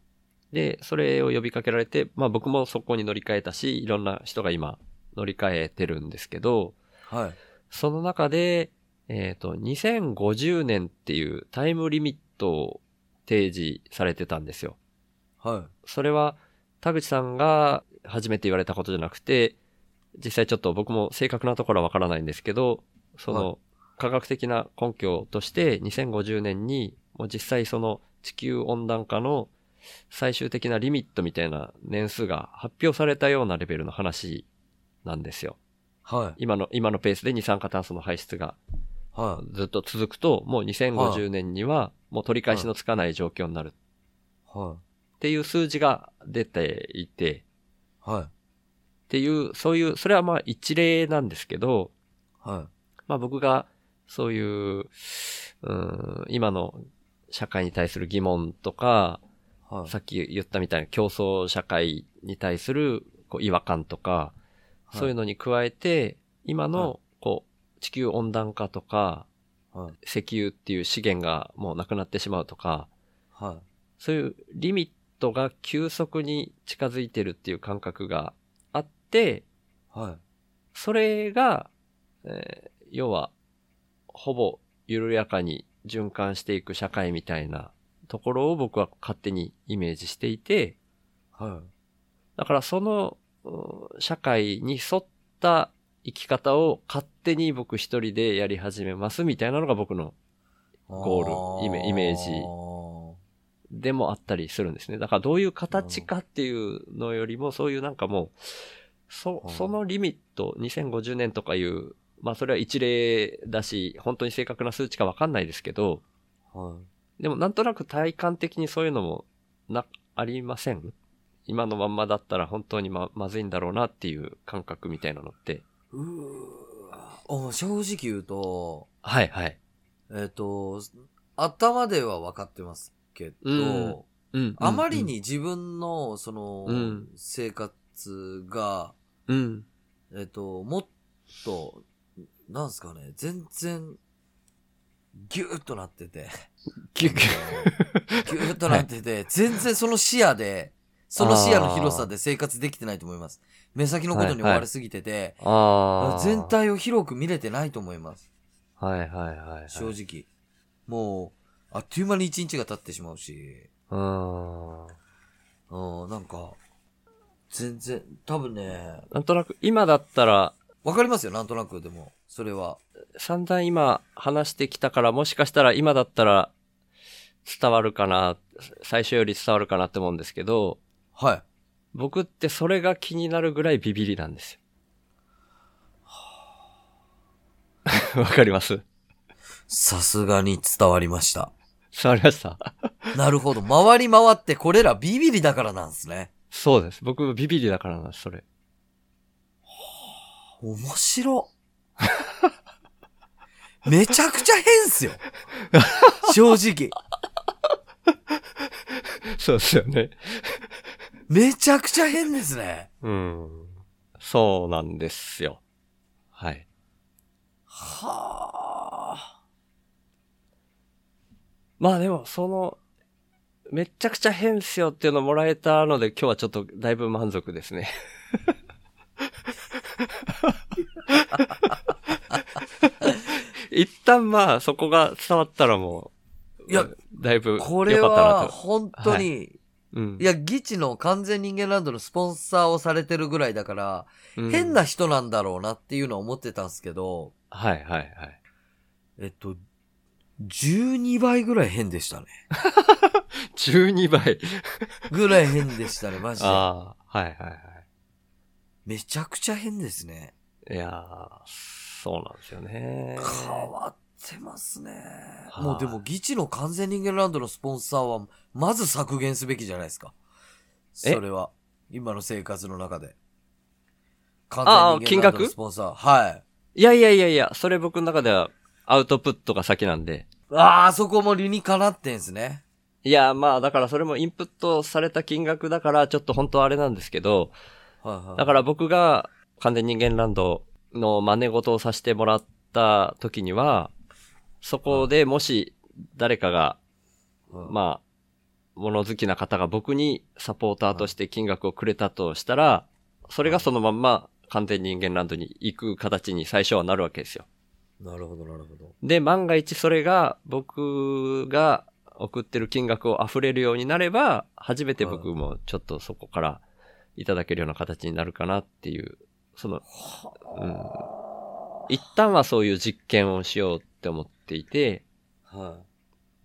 で、それを呼びかけられて、まあ僕もそこに乗り換えたし、いろんな人が今乗り換えてるんですけど、はい。その中で、えっと、にせんごじゅうねんっていうタイムリミットを提示されてたんですよ。はい。それは、田口さんが初めて言われたことじゃなくて、実際ちょっと僕も正確なところはわからないんですけど、その科学的な根拠としてにせんごじゅうねんにもう実際その地球温暖化の最終的なリミットみたいな年数が発表されたようなレベルの話なんですよ。はい。今の、今のペースで二酸化炭素の排出がずっと続くと、もうにせんごじゅうねんにはもう取り返しのつかない状況になる。はい。っていう数字が出ていて、はい。っていう、そういう、それはまあ一例なんですけど、はい。まあ僕がそういう、うん、今の社会に対する疑問とか、はい、さっき言ったみたいな競争社会に対するこう違和感とか、はい、そういうのに加えて、今のこう地球温暖化とか、はい、石油っていう資源がもうなくなってしまうとか、はい、そういうリミットが急速に近づいてるっていう感覚があって、はい、それが、えー、要はほぼ緩やかに循環していく社会みたいなところを僕は勝手にイメージしていて、はい。だからその社会に沿った生き方を勝手に僕一人でやり始めますみたいなのが僕のゴール、イメ、イメージでもあったりするんですね。だからどういう形かっていうのよりも、そういうなんかもう、そ、そのリミット、にせんごじゅうねんとかいう、まあそれは一例だし、本当に正確な数値かわかんないですけど、はい。でもなんとなく体感的にそういうのもな、ありません？今のまんまだったら本当にま、まずいんだろうなっていう感覚みたいなのって。 うー正直言うと、 はいはい。 えっと、頭では分かってますけど、うんうん、あまりに自分のその、うん、生活が、うん、えっと、もっと、なんすかね、全然、ギューッとなってて。 ギュッギュッ。ギューッとなってて、はい、全然その視野で、その視野の広さで生活できてないと思います。目先のことに追われすぎてて、はいはい、全体を広く見れてないと思います。 はいはいはい、はい。 正直。もう、あっという間に一日が経ってしまうし。うん。うん、なんか、全然、多分ね。 なんとなく、今だったら、 わかりますよ、なんとなくでも、それは。 散々今話してきたから、もしかしたら今だったら伝わるかな、最初より伝わるかなって思うんですけど、 はい。 僕ってそれが気になるぐらいビビりなんですよ。わかります？ さすがに伝わりました。 伝わりましたなるほど。回り回ってこれらビビりだからなんですね。 そうです。僕ビビりだからなんです、それ。 面白。めちゃくちゃ変っすよ。正直。 そうですよね。 めちゃくちゃ変ですね。 うん。そうなんですよ。はい。 はあ。 まあでも、その、めっちゃくちゃ変っすよっていうのもらえたので、今日はちょっとだいぶ満足ですね。一旦まあそこが伝わったらもいや、 だいぶ良かったなと。 これは本当に、はい、 うん、 いや、ギチの完全人間ランドのスポンサーをされてるぐらいだから、うん、変な人なんだろうなっていうのは思ってたんですけど、 はいはいはい。 えっと、じゅうにばいぐらい変でしたね。 じゅうにばいぐらい変でしたね、マジで。 ああ、はいはいはい。 めちゃくちゃ変ですね。 いやー、そうなんですよね。 変わってますね。もうでも、ギチの完全人間ランドのスポンサーは、まず削減すべきじゃないですか。それは。今の生活の中で。完全人間ランドのスポンサー。はい。 いやいやいやいや、それ僕の中ではアウトプットが先なんで。 ああ、そこも理にかなってんすね。 いや、まあだからそれもインプットされた金額だからちょっと本当はあれなんですけど、はいはい、だから僕が完全人間ランドの真似事をさせてもらった時には、そこでもし誰かが、はい、まあ、物好きな方が僕にサポーターとして金額をくれたとしたら、それがそのまんま完全人間ランドに行く形に最初はなるわけですよ。 なるほどなるほど。 で、万が一それが僕が送ってる金額を溢れるようになれば、初めて僕もちょっとそこからいただけるような形になるかなっていう、その、うん、一旦はそういう実験をしようって思っていて、 はい、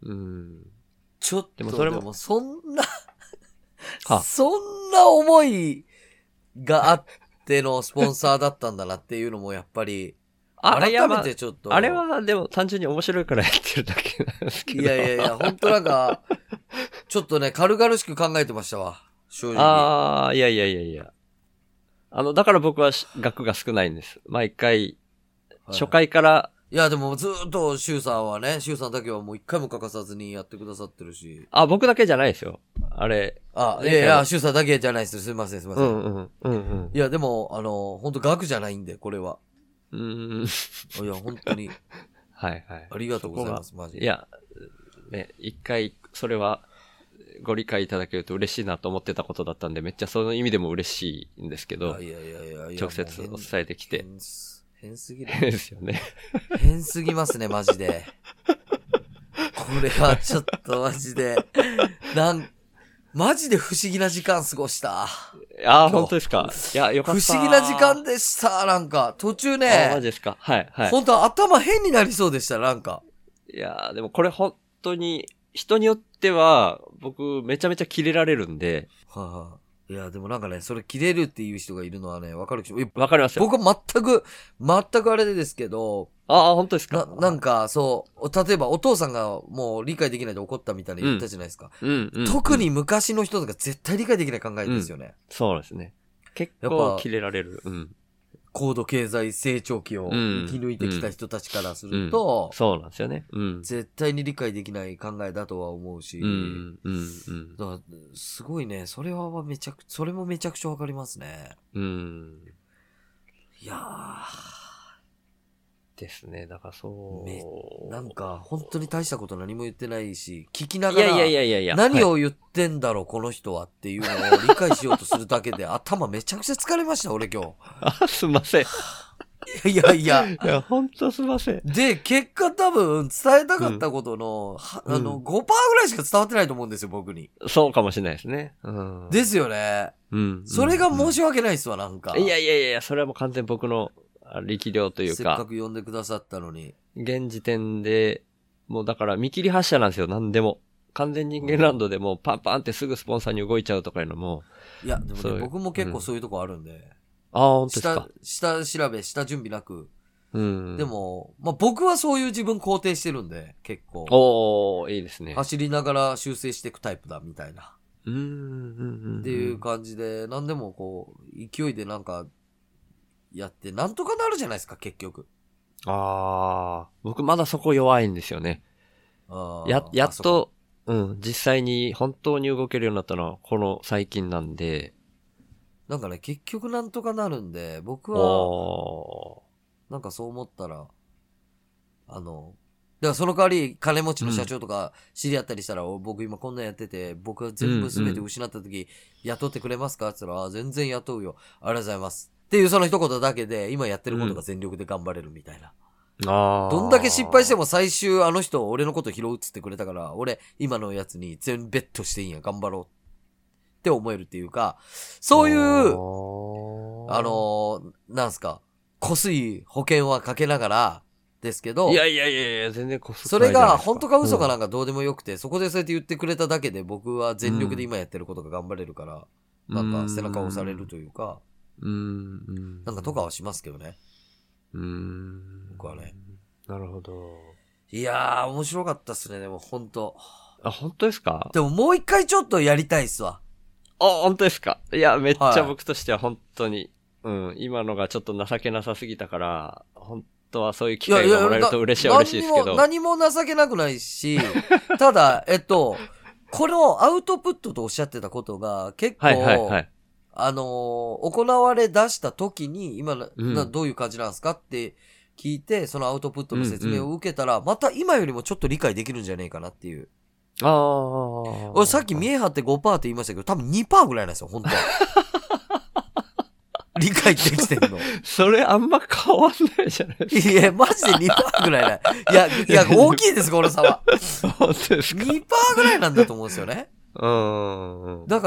うん。 ちょっとでもそれも、でもそんなそんな思いがあってのスポンサーだったんだなっていうのもやっぱり、改めてちょっと、 あ、あれはでも単純に面白いからやってるだけなんですけど。 いやいやいや、ほんとなんか、ちょっとね、軽々しく考えてましたわ。正直。 ああ、いやいやいやいや。あの、だから僕は額が少ないんです。毎回、初回から、はい、 いやでもずーっとシュウさんはね、シュウさんだけはもう一回も欠かさずにやってくださってるし。 あ、僕だけじゃないですよ。あれ。 あ、いやいや、シュウさんだけじゃないです。すいませんすいません。 うんうんうんうん。 いやでも、あの、ほんと額じゃないんで、これは。 うーん。 いや、本当に。 はいはい。 ありがとうございます、マジで。 いや、ね、一回、それは、ご理解いただけると嬉しいなと思ってたことだったんで、めっちゃその意味でも嬉しいんですけど、 いやいやいやいや直接お伝えできて。 変, 変すぎる。 変ですよね。 変すぎますね、マジで。これはちょっとマジで、なん、マジで不思議な時間過ごした。 ああ、本当ですか。いや、よかった。 不思議な時間でした、なんか。途中ね。 ああ、マジですか。はい、はい。 本当頭変になりそうでした、なんか。 いやー、でもこれ本当に、人によっては、僕、めちゃめちゃキレられるんで。 はあ、はあ、いや、でもなんかね、それキレるっていう人がいるのはね、わかる人。 わかりますよ。 僕は全く、全くあれですけど。 ああ、本当ですか。 な、なんか、そう、例えばお父さんがもう理解できないで怒ったみたいに言ったじゃないですか。 うん。うんうん、 特に昔の人とか絶対理解できない考えですよね。 うん、そうですね。結構キレられる。うん。 高度経済成長期を生き抜いてきた人たちからすると、 うんうん、そうなんですよね、うん。 絶対に理解できない考えだとは思うし、 うんうんうん、 だからすごいね、それはめちゃくそれもめちゃくちゃわかりますね。 うん、 いやー。 ですね。だからそう。 め、なんか本当に大したこと何も言ってないし、聞きながら、 いやいやいやいやいや何を言ってんだろう、はい、この人はっていうのを理解しようとするだけで頭めちゃくちゃ疲れました、俺今日。 あ、すいません。 いやいや。 いや、ほんとすいません。 で、結果多分伝えたかったことの、うん、あの、ごパーセントぐらいしか伝わってないと思うんですよ、僕に。 そうかもしれないですね。うん、 ですよね。 うん。 それが申し訳ないっすわ、なんか。 いやいやいや、それはもう完全僕の力量というか。 せっかく呼んでくださったのに。 現時点で、もうだから見切り発車なんですよ、何でも。完全人間ランドでもパンパンってすぐスポンサーに動いちゃうとかいうのも。 いや、でもね、僕も結構そういうとこあるんで。うん、 ああ、本当ですか。 下、下調べ、下準備なく。 うん。 でも、まあ、僕はそういう自分肯定してるんで、結構。 おー、いいですね。 走りながら修正していくタイプだ、みたいな。 うーん、うん、 っていう感じで、何でもこう、勢いでなんか、やって、なんとかなるじゃないですか、結局。 ああ、僕まだそこ弱いんですよね。あや、やっと、うん、実際に本当に動けるようになったのは、この最近なんで。 なんかね、結局なんとかなるんで、僕は、なんかそう思ったら、あの、だからその代わり金持ちの社長とか知り合ったりしたら、うん、僕今こんなんやってて、僕は全部全て失った時、うんうん、雇ってくれますかって言ったら、あ、全然雇うよ。ありがとうございます。っていうその一言だけで、今やってることが全力で頑張れるみたいな。 ああ。 どんだけ失敗しても最終あの人俺のこと拾うっつってくれたから、俺今のやつに全ベットしていいんや、頑張ろうって思えるっていうか、そういう、あのー、なんすか、こすい保険はかけながらですけど、 いやいやいやいや、全然こすそれが本当か嘘かなんかどうでもよくて、うん、そこでそうやって言ってくれただけで僕は全力で今やってることが頑張れるから、うん、なんか背中を押されるというか、 うん、 なんかとかはしますけどね。 うーん。 僕はね。 なるほど。 いやー、面白かったっすね、でも本当。 あ、本当ですか？ でももう一回ちょっとやりたいっすわ。 あ、本当ですか？いや、めっちゃ僕としては本当に、はい、うん、今のがちょっと情けなさすぎたから、本当はそういう機会がもらえると嬉しいは嬉しいですけど。 何も、何も情けなくないし、ただ、えっと、このアウトプットとおっしゃってたことが結構、はいはいはい、あのー、行われ出した時に、今の、うん、どういう感じなんですかって聞いて、そのアウトプットの説明を受けたら、うんうん、また今よりもちょっと理解できるんじゃねえかなっていう。 ああ。 俺さっき見え張って ごパーセント って言いましたけど、多分 にパーセント ぐらいなんですよ、本当は。理解できてるの。 それあんま変わんないじゃないですか。 いや、マジで にパーセント ぐらいない。いや、いや、大きいです、この差は。 本当ですか？ にパーセント ぐらいなんだと思うんですよね。 うん。 だから、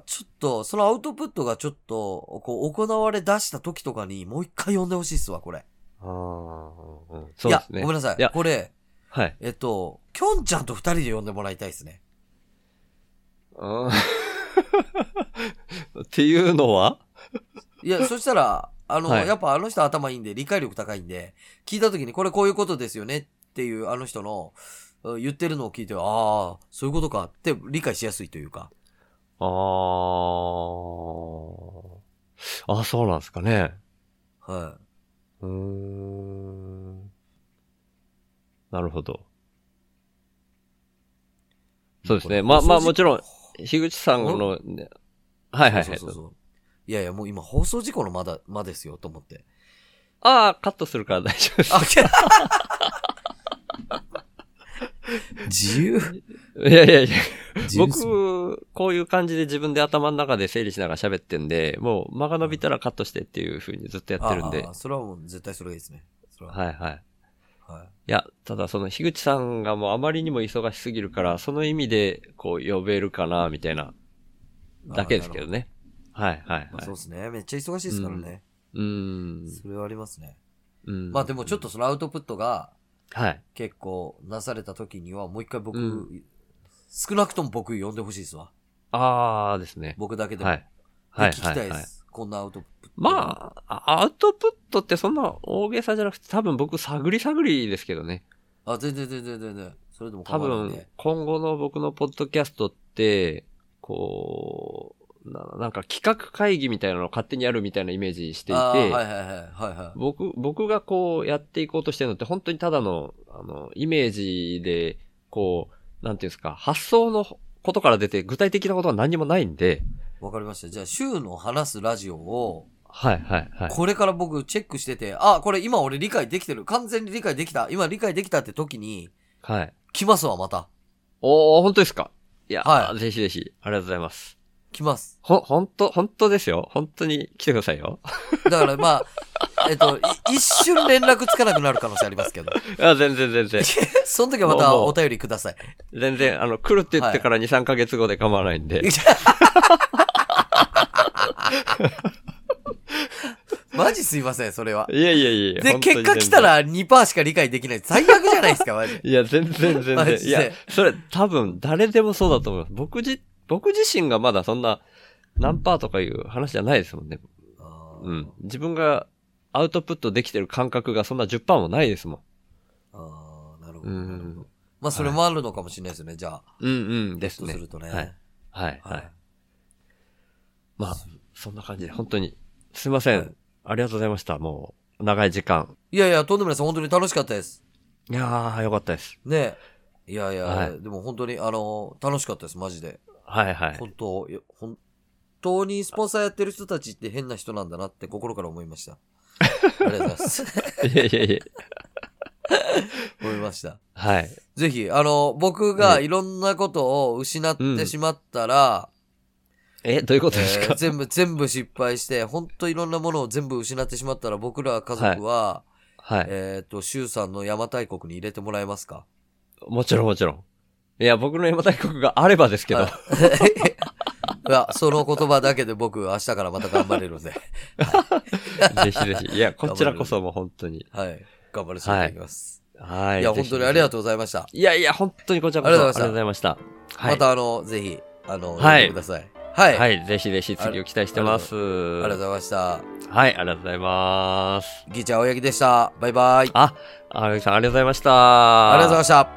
ちょっと、そのアウトプットがちょっと、こう、行われ出した時とかに、もう一回読んでほしいっすわ、これ。 ああ、うん、そうですね。 いや、ごめんなさい。いや、これ、 はい。 えっと、きょんちゃんと二人で読んでもらいたいですね。 あっていうのはいや、そしたら、あの、 はい、 やっぱあの人頭いいんで、理解力高いんで、聞いた時にこれこういうことですよねっていうあの人の言ってるのを聞いて、ああ、そういうことかって理解しやすいというか。 ああ。あ、そうなんですかね。 はい。 うーん。なるほど。そうですね。まあまあもちろん、樋口さんの、ね、はいはいはい。そうそうそう。 いやいや、もう今放送事故の間だ、間ですよ、と思って。 ああ、カットするから大丈夫です。あ、 自由いやいやいや。僕、こういう感じで自分で頭の中で整理しながら喋ってんで、もう間が伸びたらカットしてっていう風にずっとやってるんで。 ああ、それはもう絶対それがいいですね。それははいはい。 はい、 いや、ただその樋口さんがもうあまりにも忙しすぎるから、その意味でこう呼べるかな、みたいな、だけですけどね。はいはいはい。 まあ、そうですね。めっちゃ忙しいですからね。 うん。うんそれはありますね。 うん。 まあでもちょっとそのアウトプットが、 はい。 結構なされた時には、もう一回僕、うん、少なくとも僕呼んでほしいですわ。 ああですね。 僕だけでも。 はい。 はい。聞きたいです。はいはい、こんなアウトプット。 まあ、アウトプットってそんな大げさじゃなくて、多分僕探り探りですけどね。 あ、全然全然全然。それでも多分、今後の僕のポッドキャストって、こう、な, なんか企画会議みたいなのを勝手にやるみたいなイメージしていて、はいはいはいはい、はい、 僕、僕がこうやっていこうとしてるのって本当にただの、あの、イメージで、こう、なんていうんですか、発想のことから出て具体的なことは何にもないんで。 わかりました。じゃあ、週の話すラジオを、 はいはいはい。 これから僕チェックしてて、あ、これ今俺理解できてる。完全に理解できた。今理解できたって時に、 はい。 来ますわ、また。 おー、本当ですか？いや、 はい。 ぜひぜひ、ありがとうございます。 来ます。 ほ、ほんと、ほんとですよ。本当に来てくださいよ。 だからまあ、えっと、一瞬連絡つかなくなる可能性ありますけど。 あ、全然全然。 その時はまたお便りください。 全然、あの、来るって言ってからに、さんかげつごで構わないんで。 マジすいません、それは。 いやいやいや。 で、結果来たら にパーセント しか理解できない。最悪じゃないですか、マジ。 いや、全然全然。いや、それ多分誰でもそうだと思います。僕自、僕自身がまだそんな何パーとかいう話じゃないですもんね。うん。自分がアウトプットできてる感覚がそんな じゅっパーセント もないですもん。 ああ、なるほど。 うん。 まあ、それもあるのかもしれないですよね、はい、じゃあ。 うんうんですね。 とするとね。 はい。はい、はい。まあ、そんな感じで、本当に。すいません。はい、ありがとうございました。もう、長い時間。 いやいや、とんでもないです。本当に楽しかったです。 いやー、よかったです。 ねえ。いやいや、 はい、 でも本当に、あの、楽しかったです、マジで。 はいはい。 本当、本当にスポンサーやってる人たちって変な人なんだなって心から思いました。ありがとうございます。 いやいやいや。 思いました。 はい。 ぜひ、あの、僕がいろんなことを失ってしまったら、 うん、え、どういうことですか、 えー、全部、全部失敗して、本当いろんなものを全部失ってしまったら、僕ら家族は、 ははい。 えっと、シュウさんの邪馬台国に入れてもらえますか？ もちろんもちろん。いや、僕の邪馬台国があればですけど。 はいいや、その言葉だけで僕、明日からまた頑張れるんで。 はい、ぜひぜひ。いや、こちらこそもう本当に。 はい。頑張らせていただきます。 はい。はい、 いや、本当にありがとうございました。 いやいや、本当にこちらこそありがとうございました。 はい、また、あの、ぜひ、あの、 はい、 呼んでください。はい。 はい。ぜひぜひ次を期待してます。 ありがとうございました。 はい、ありがとうございます。 ギーちゃん、青柳でした。バイバイ。 あ、青柳さん、ありがとうございました。 ありがとうございました。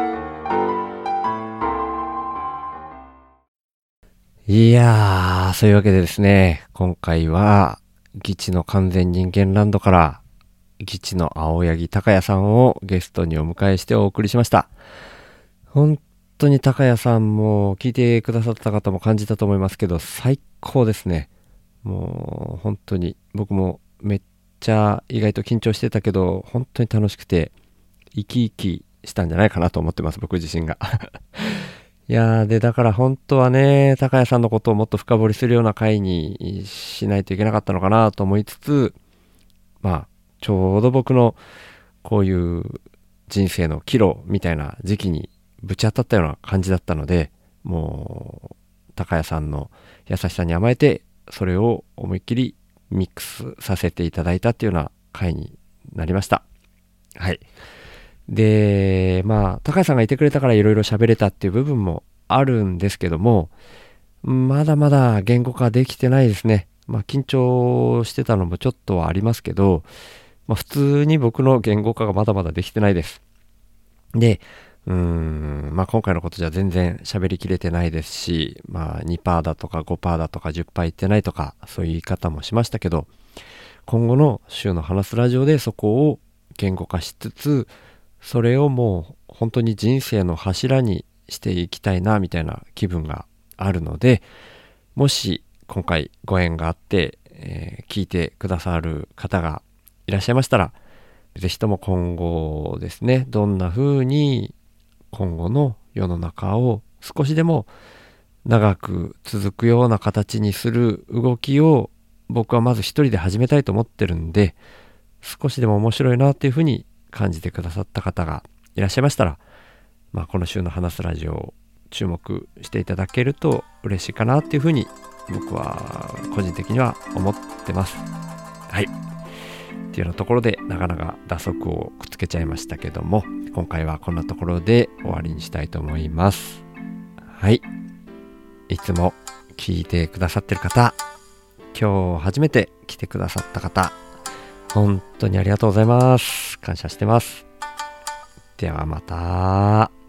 いやー、そういうわけでですね、今回は、ギチの完全人間ランドから、ギチの青柳高也さんをゲストにお迎えしてお送りしました。本当に高也さんも聞いてくださった方も感じたと思いますけど、最高ですね。もう本当に僕もめっちゃ意外と緊張してたけど、本当に楽しくて生き生きしたんじゃないかなと思ってます、僕自身が。いやーでだから本当はね、高谷さんのことをもっと深掘りするような回にしないといけなかったのかなと思いつつ、まあちょうど僕のこういう人生の岐路みたいな時期にぶち当たったような感じだったので、もう高谷さんの優しさに甘えてそれを思いっきりミックスさせていただいたっていうような回になりました。はい。で、まあ高谷さんがいてくれたからいろいろ喋れたっていう部分もあるんですけども、まだまだ言語化できてないですね。まあ緊張してたのもちょっとはありますけど、まあ、普通に僕の言語化がまだまだできてないです。で、うーん、まあ今回のことじゃ全然喋りきれてないですし、まあ にパーセント だとか ごパーセント だとか じゅっパーセント 言ってないとか、そういう言い方もしましたけど、今後の週の話すラジオでそこを言語化しつつ、それをもう本当に人生の柱にしていきたいなみたいな気分があるので、もし今回ご縁があって、えー、聞いてくださる方がいらっしゃいましたら、ぜひとも今後ですね、どんな風に今後の世の中を少しでも長く続くような形にする動きを僕はまず一人で始めたいと思ってるんで、少しでも面白いなっていう風に感じてくださった方がいらっしゃいましたら、まあ、この週の話すラジオを注目していただけると嬉しいかなっていう風に僕は個人的には思ってます。はい。っていうようなところで長々打足をくっつけちゃいましたけども、今回はこんなところで終わりにしたいと思います。はい。いつも聞いてくださってる方、今日初めて来てくださった方、本当にありがとうございます。感謝してます。ではまた。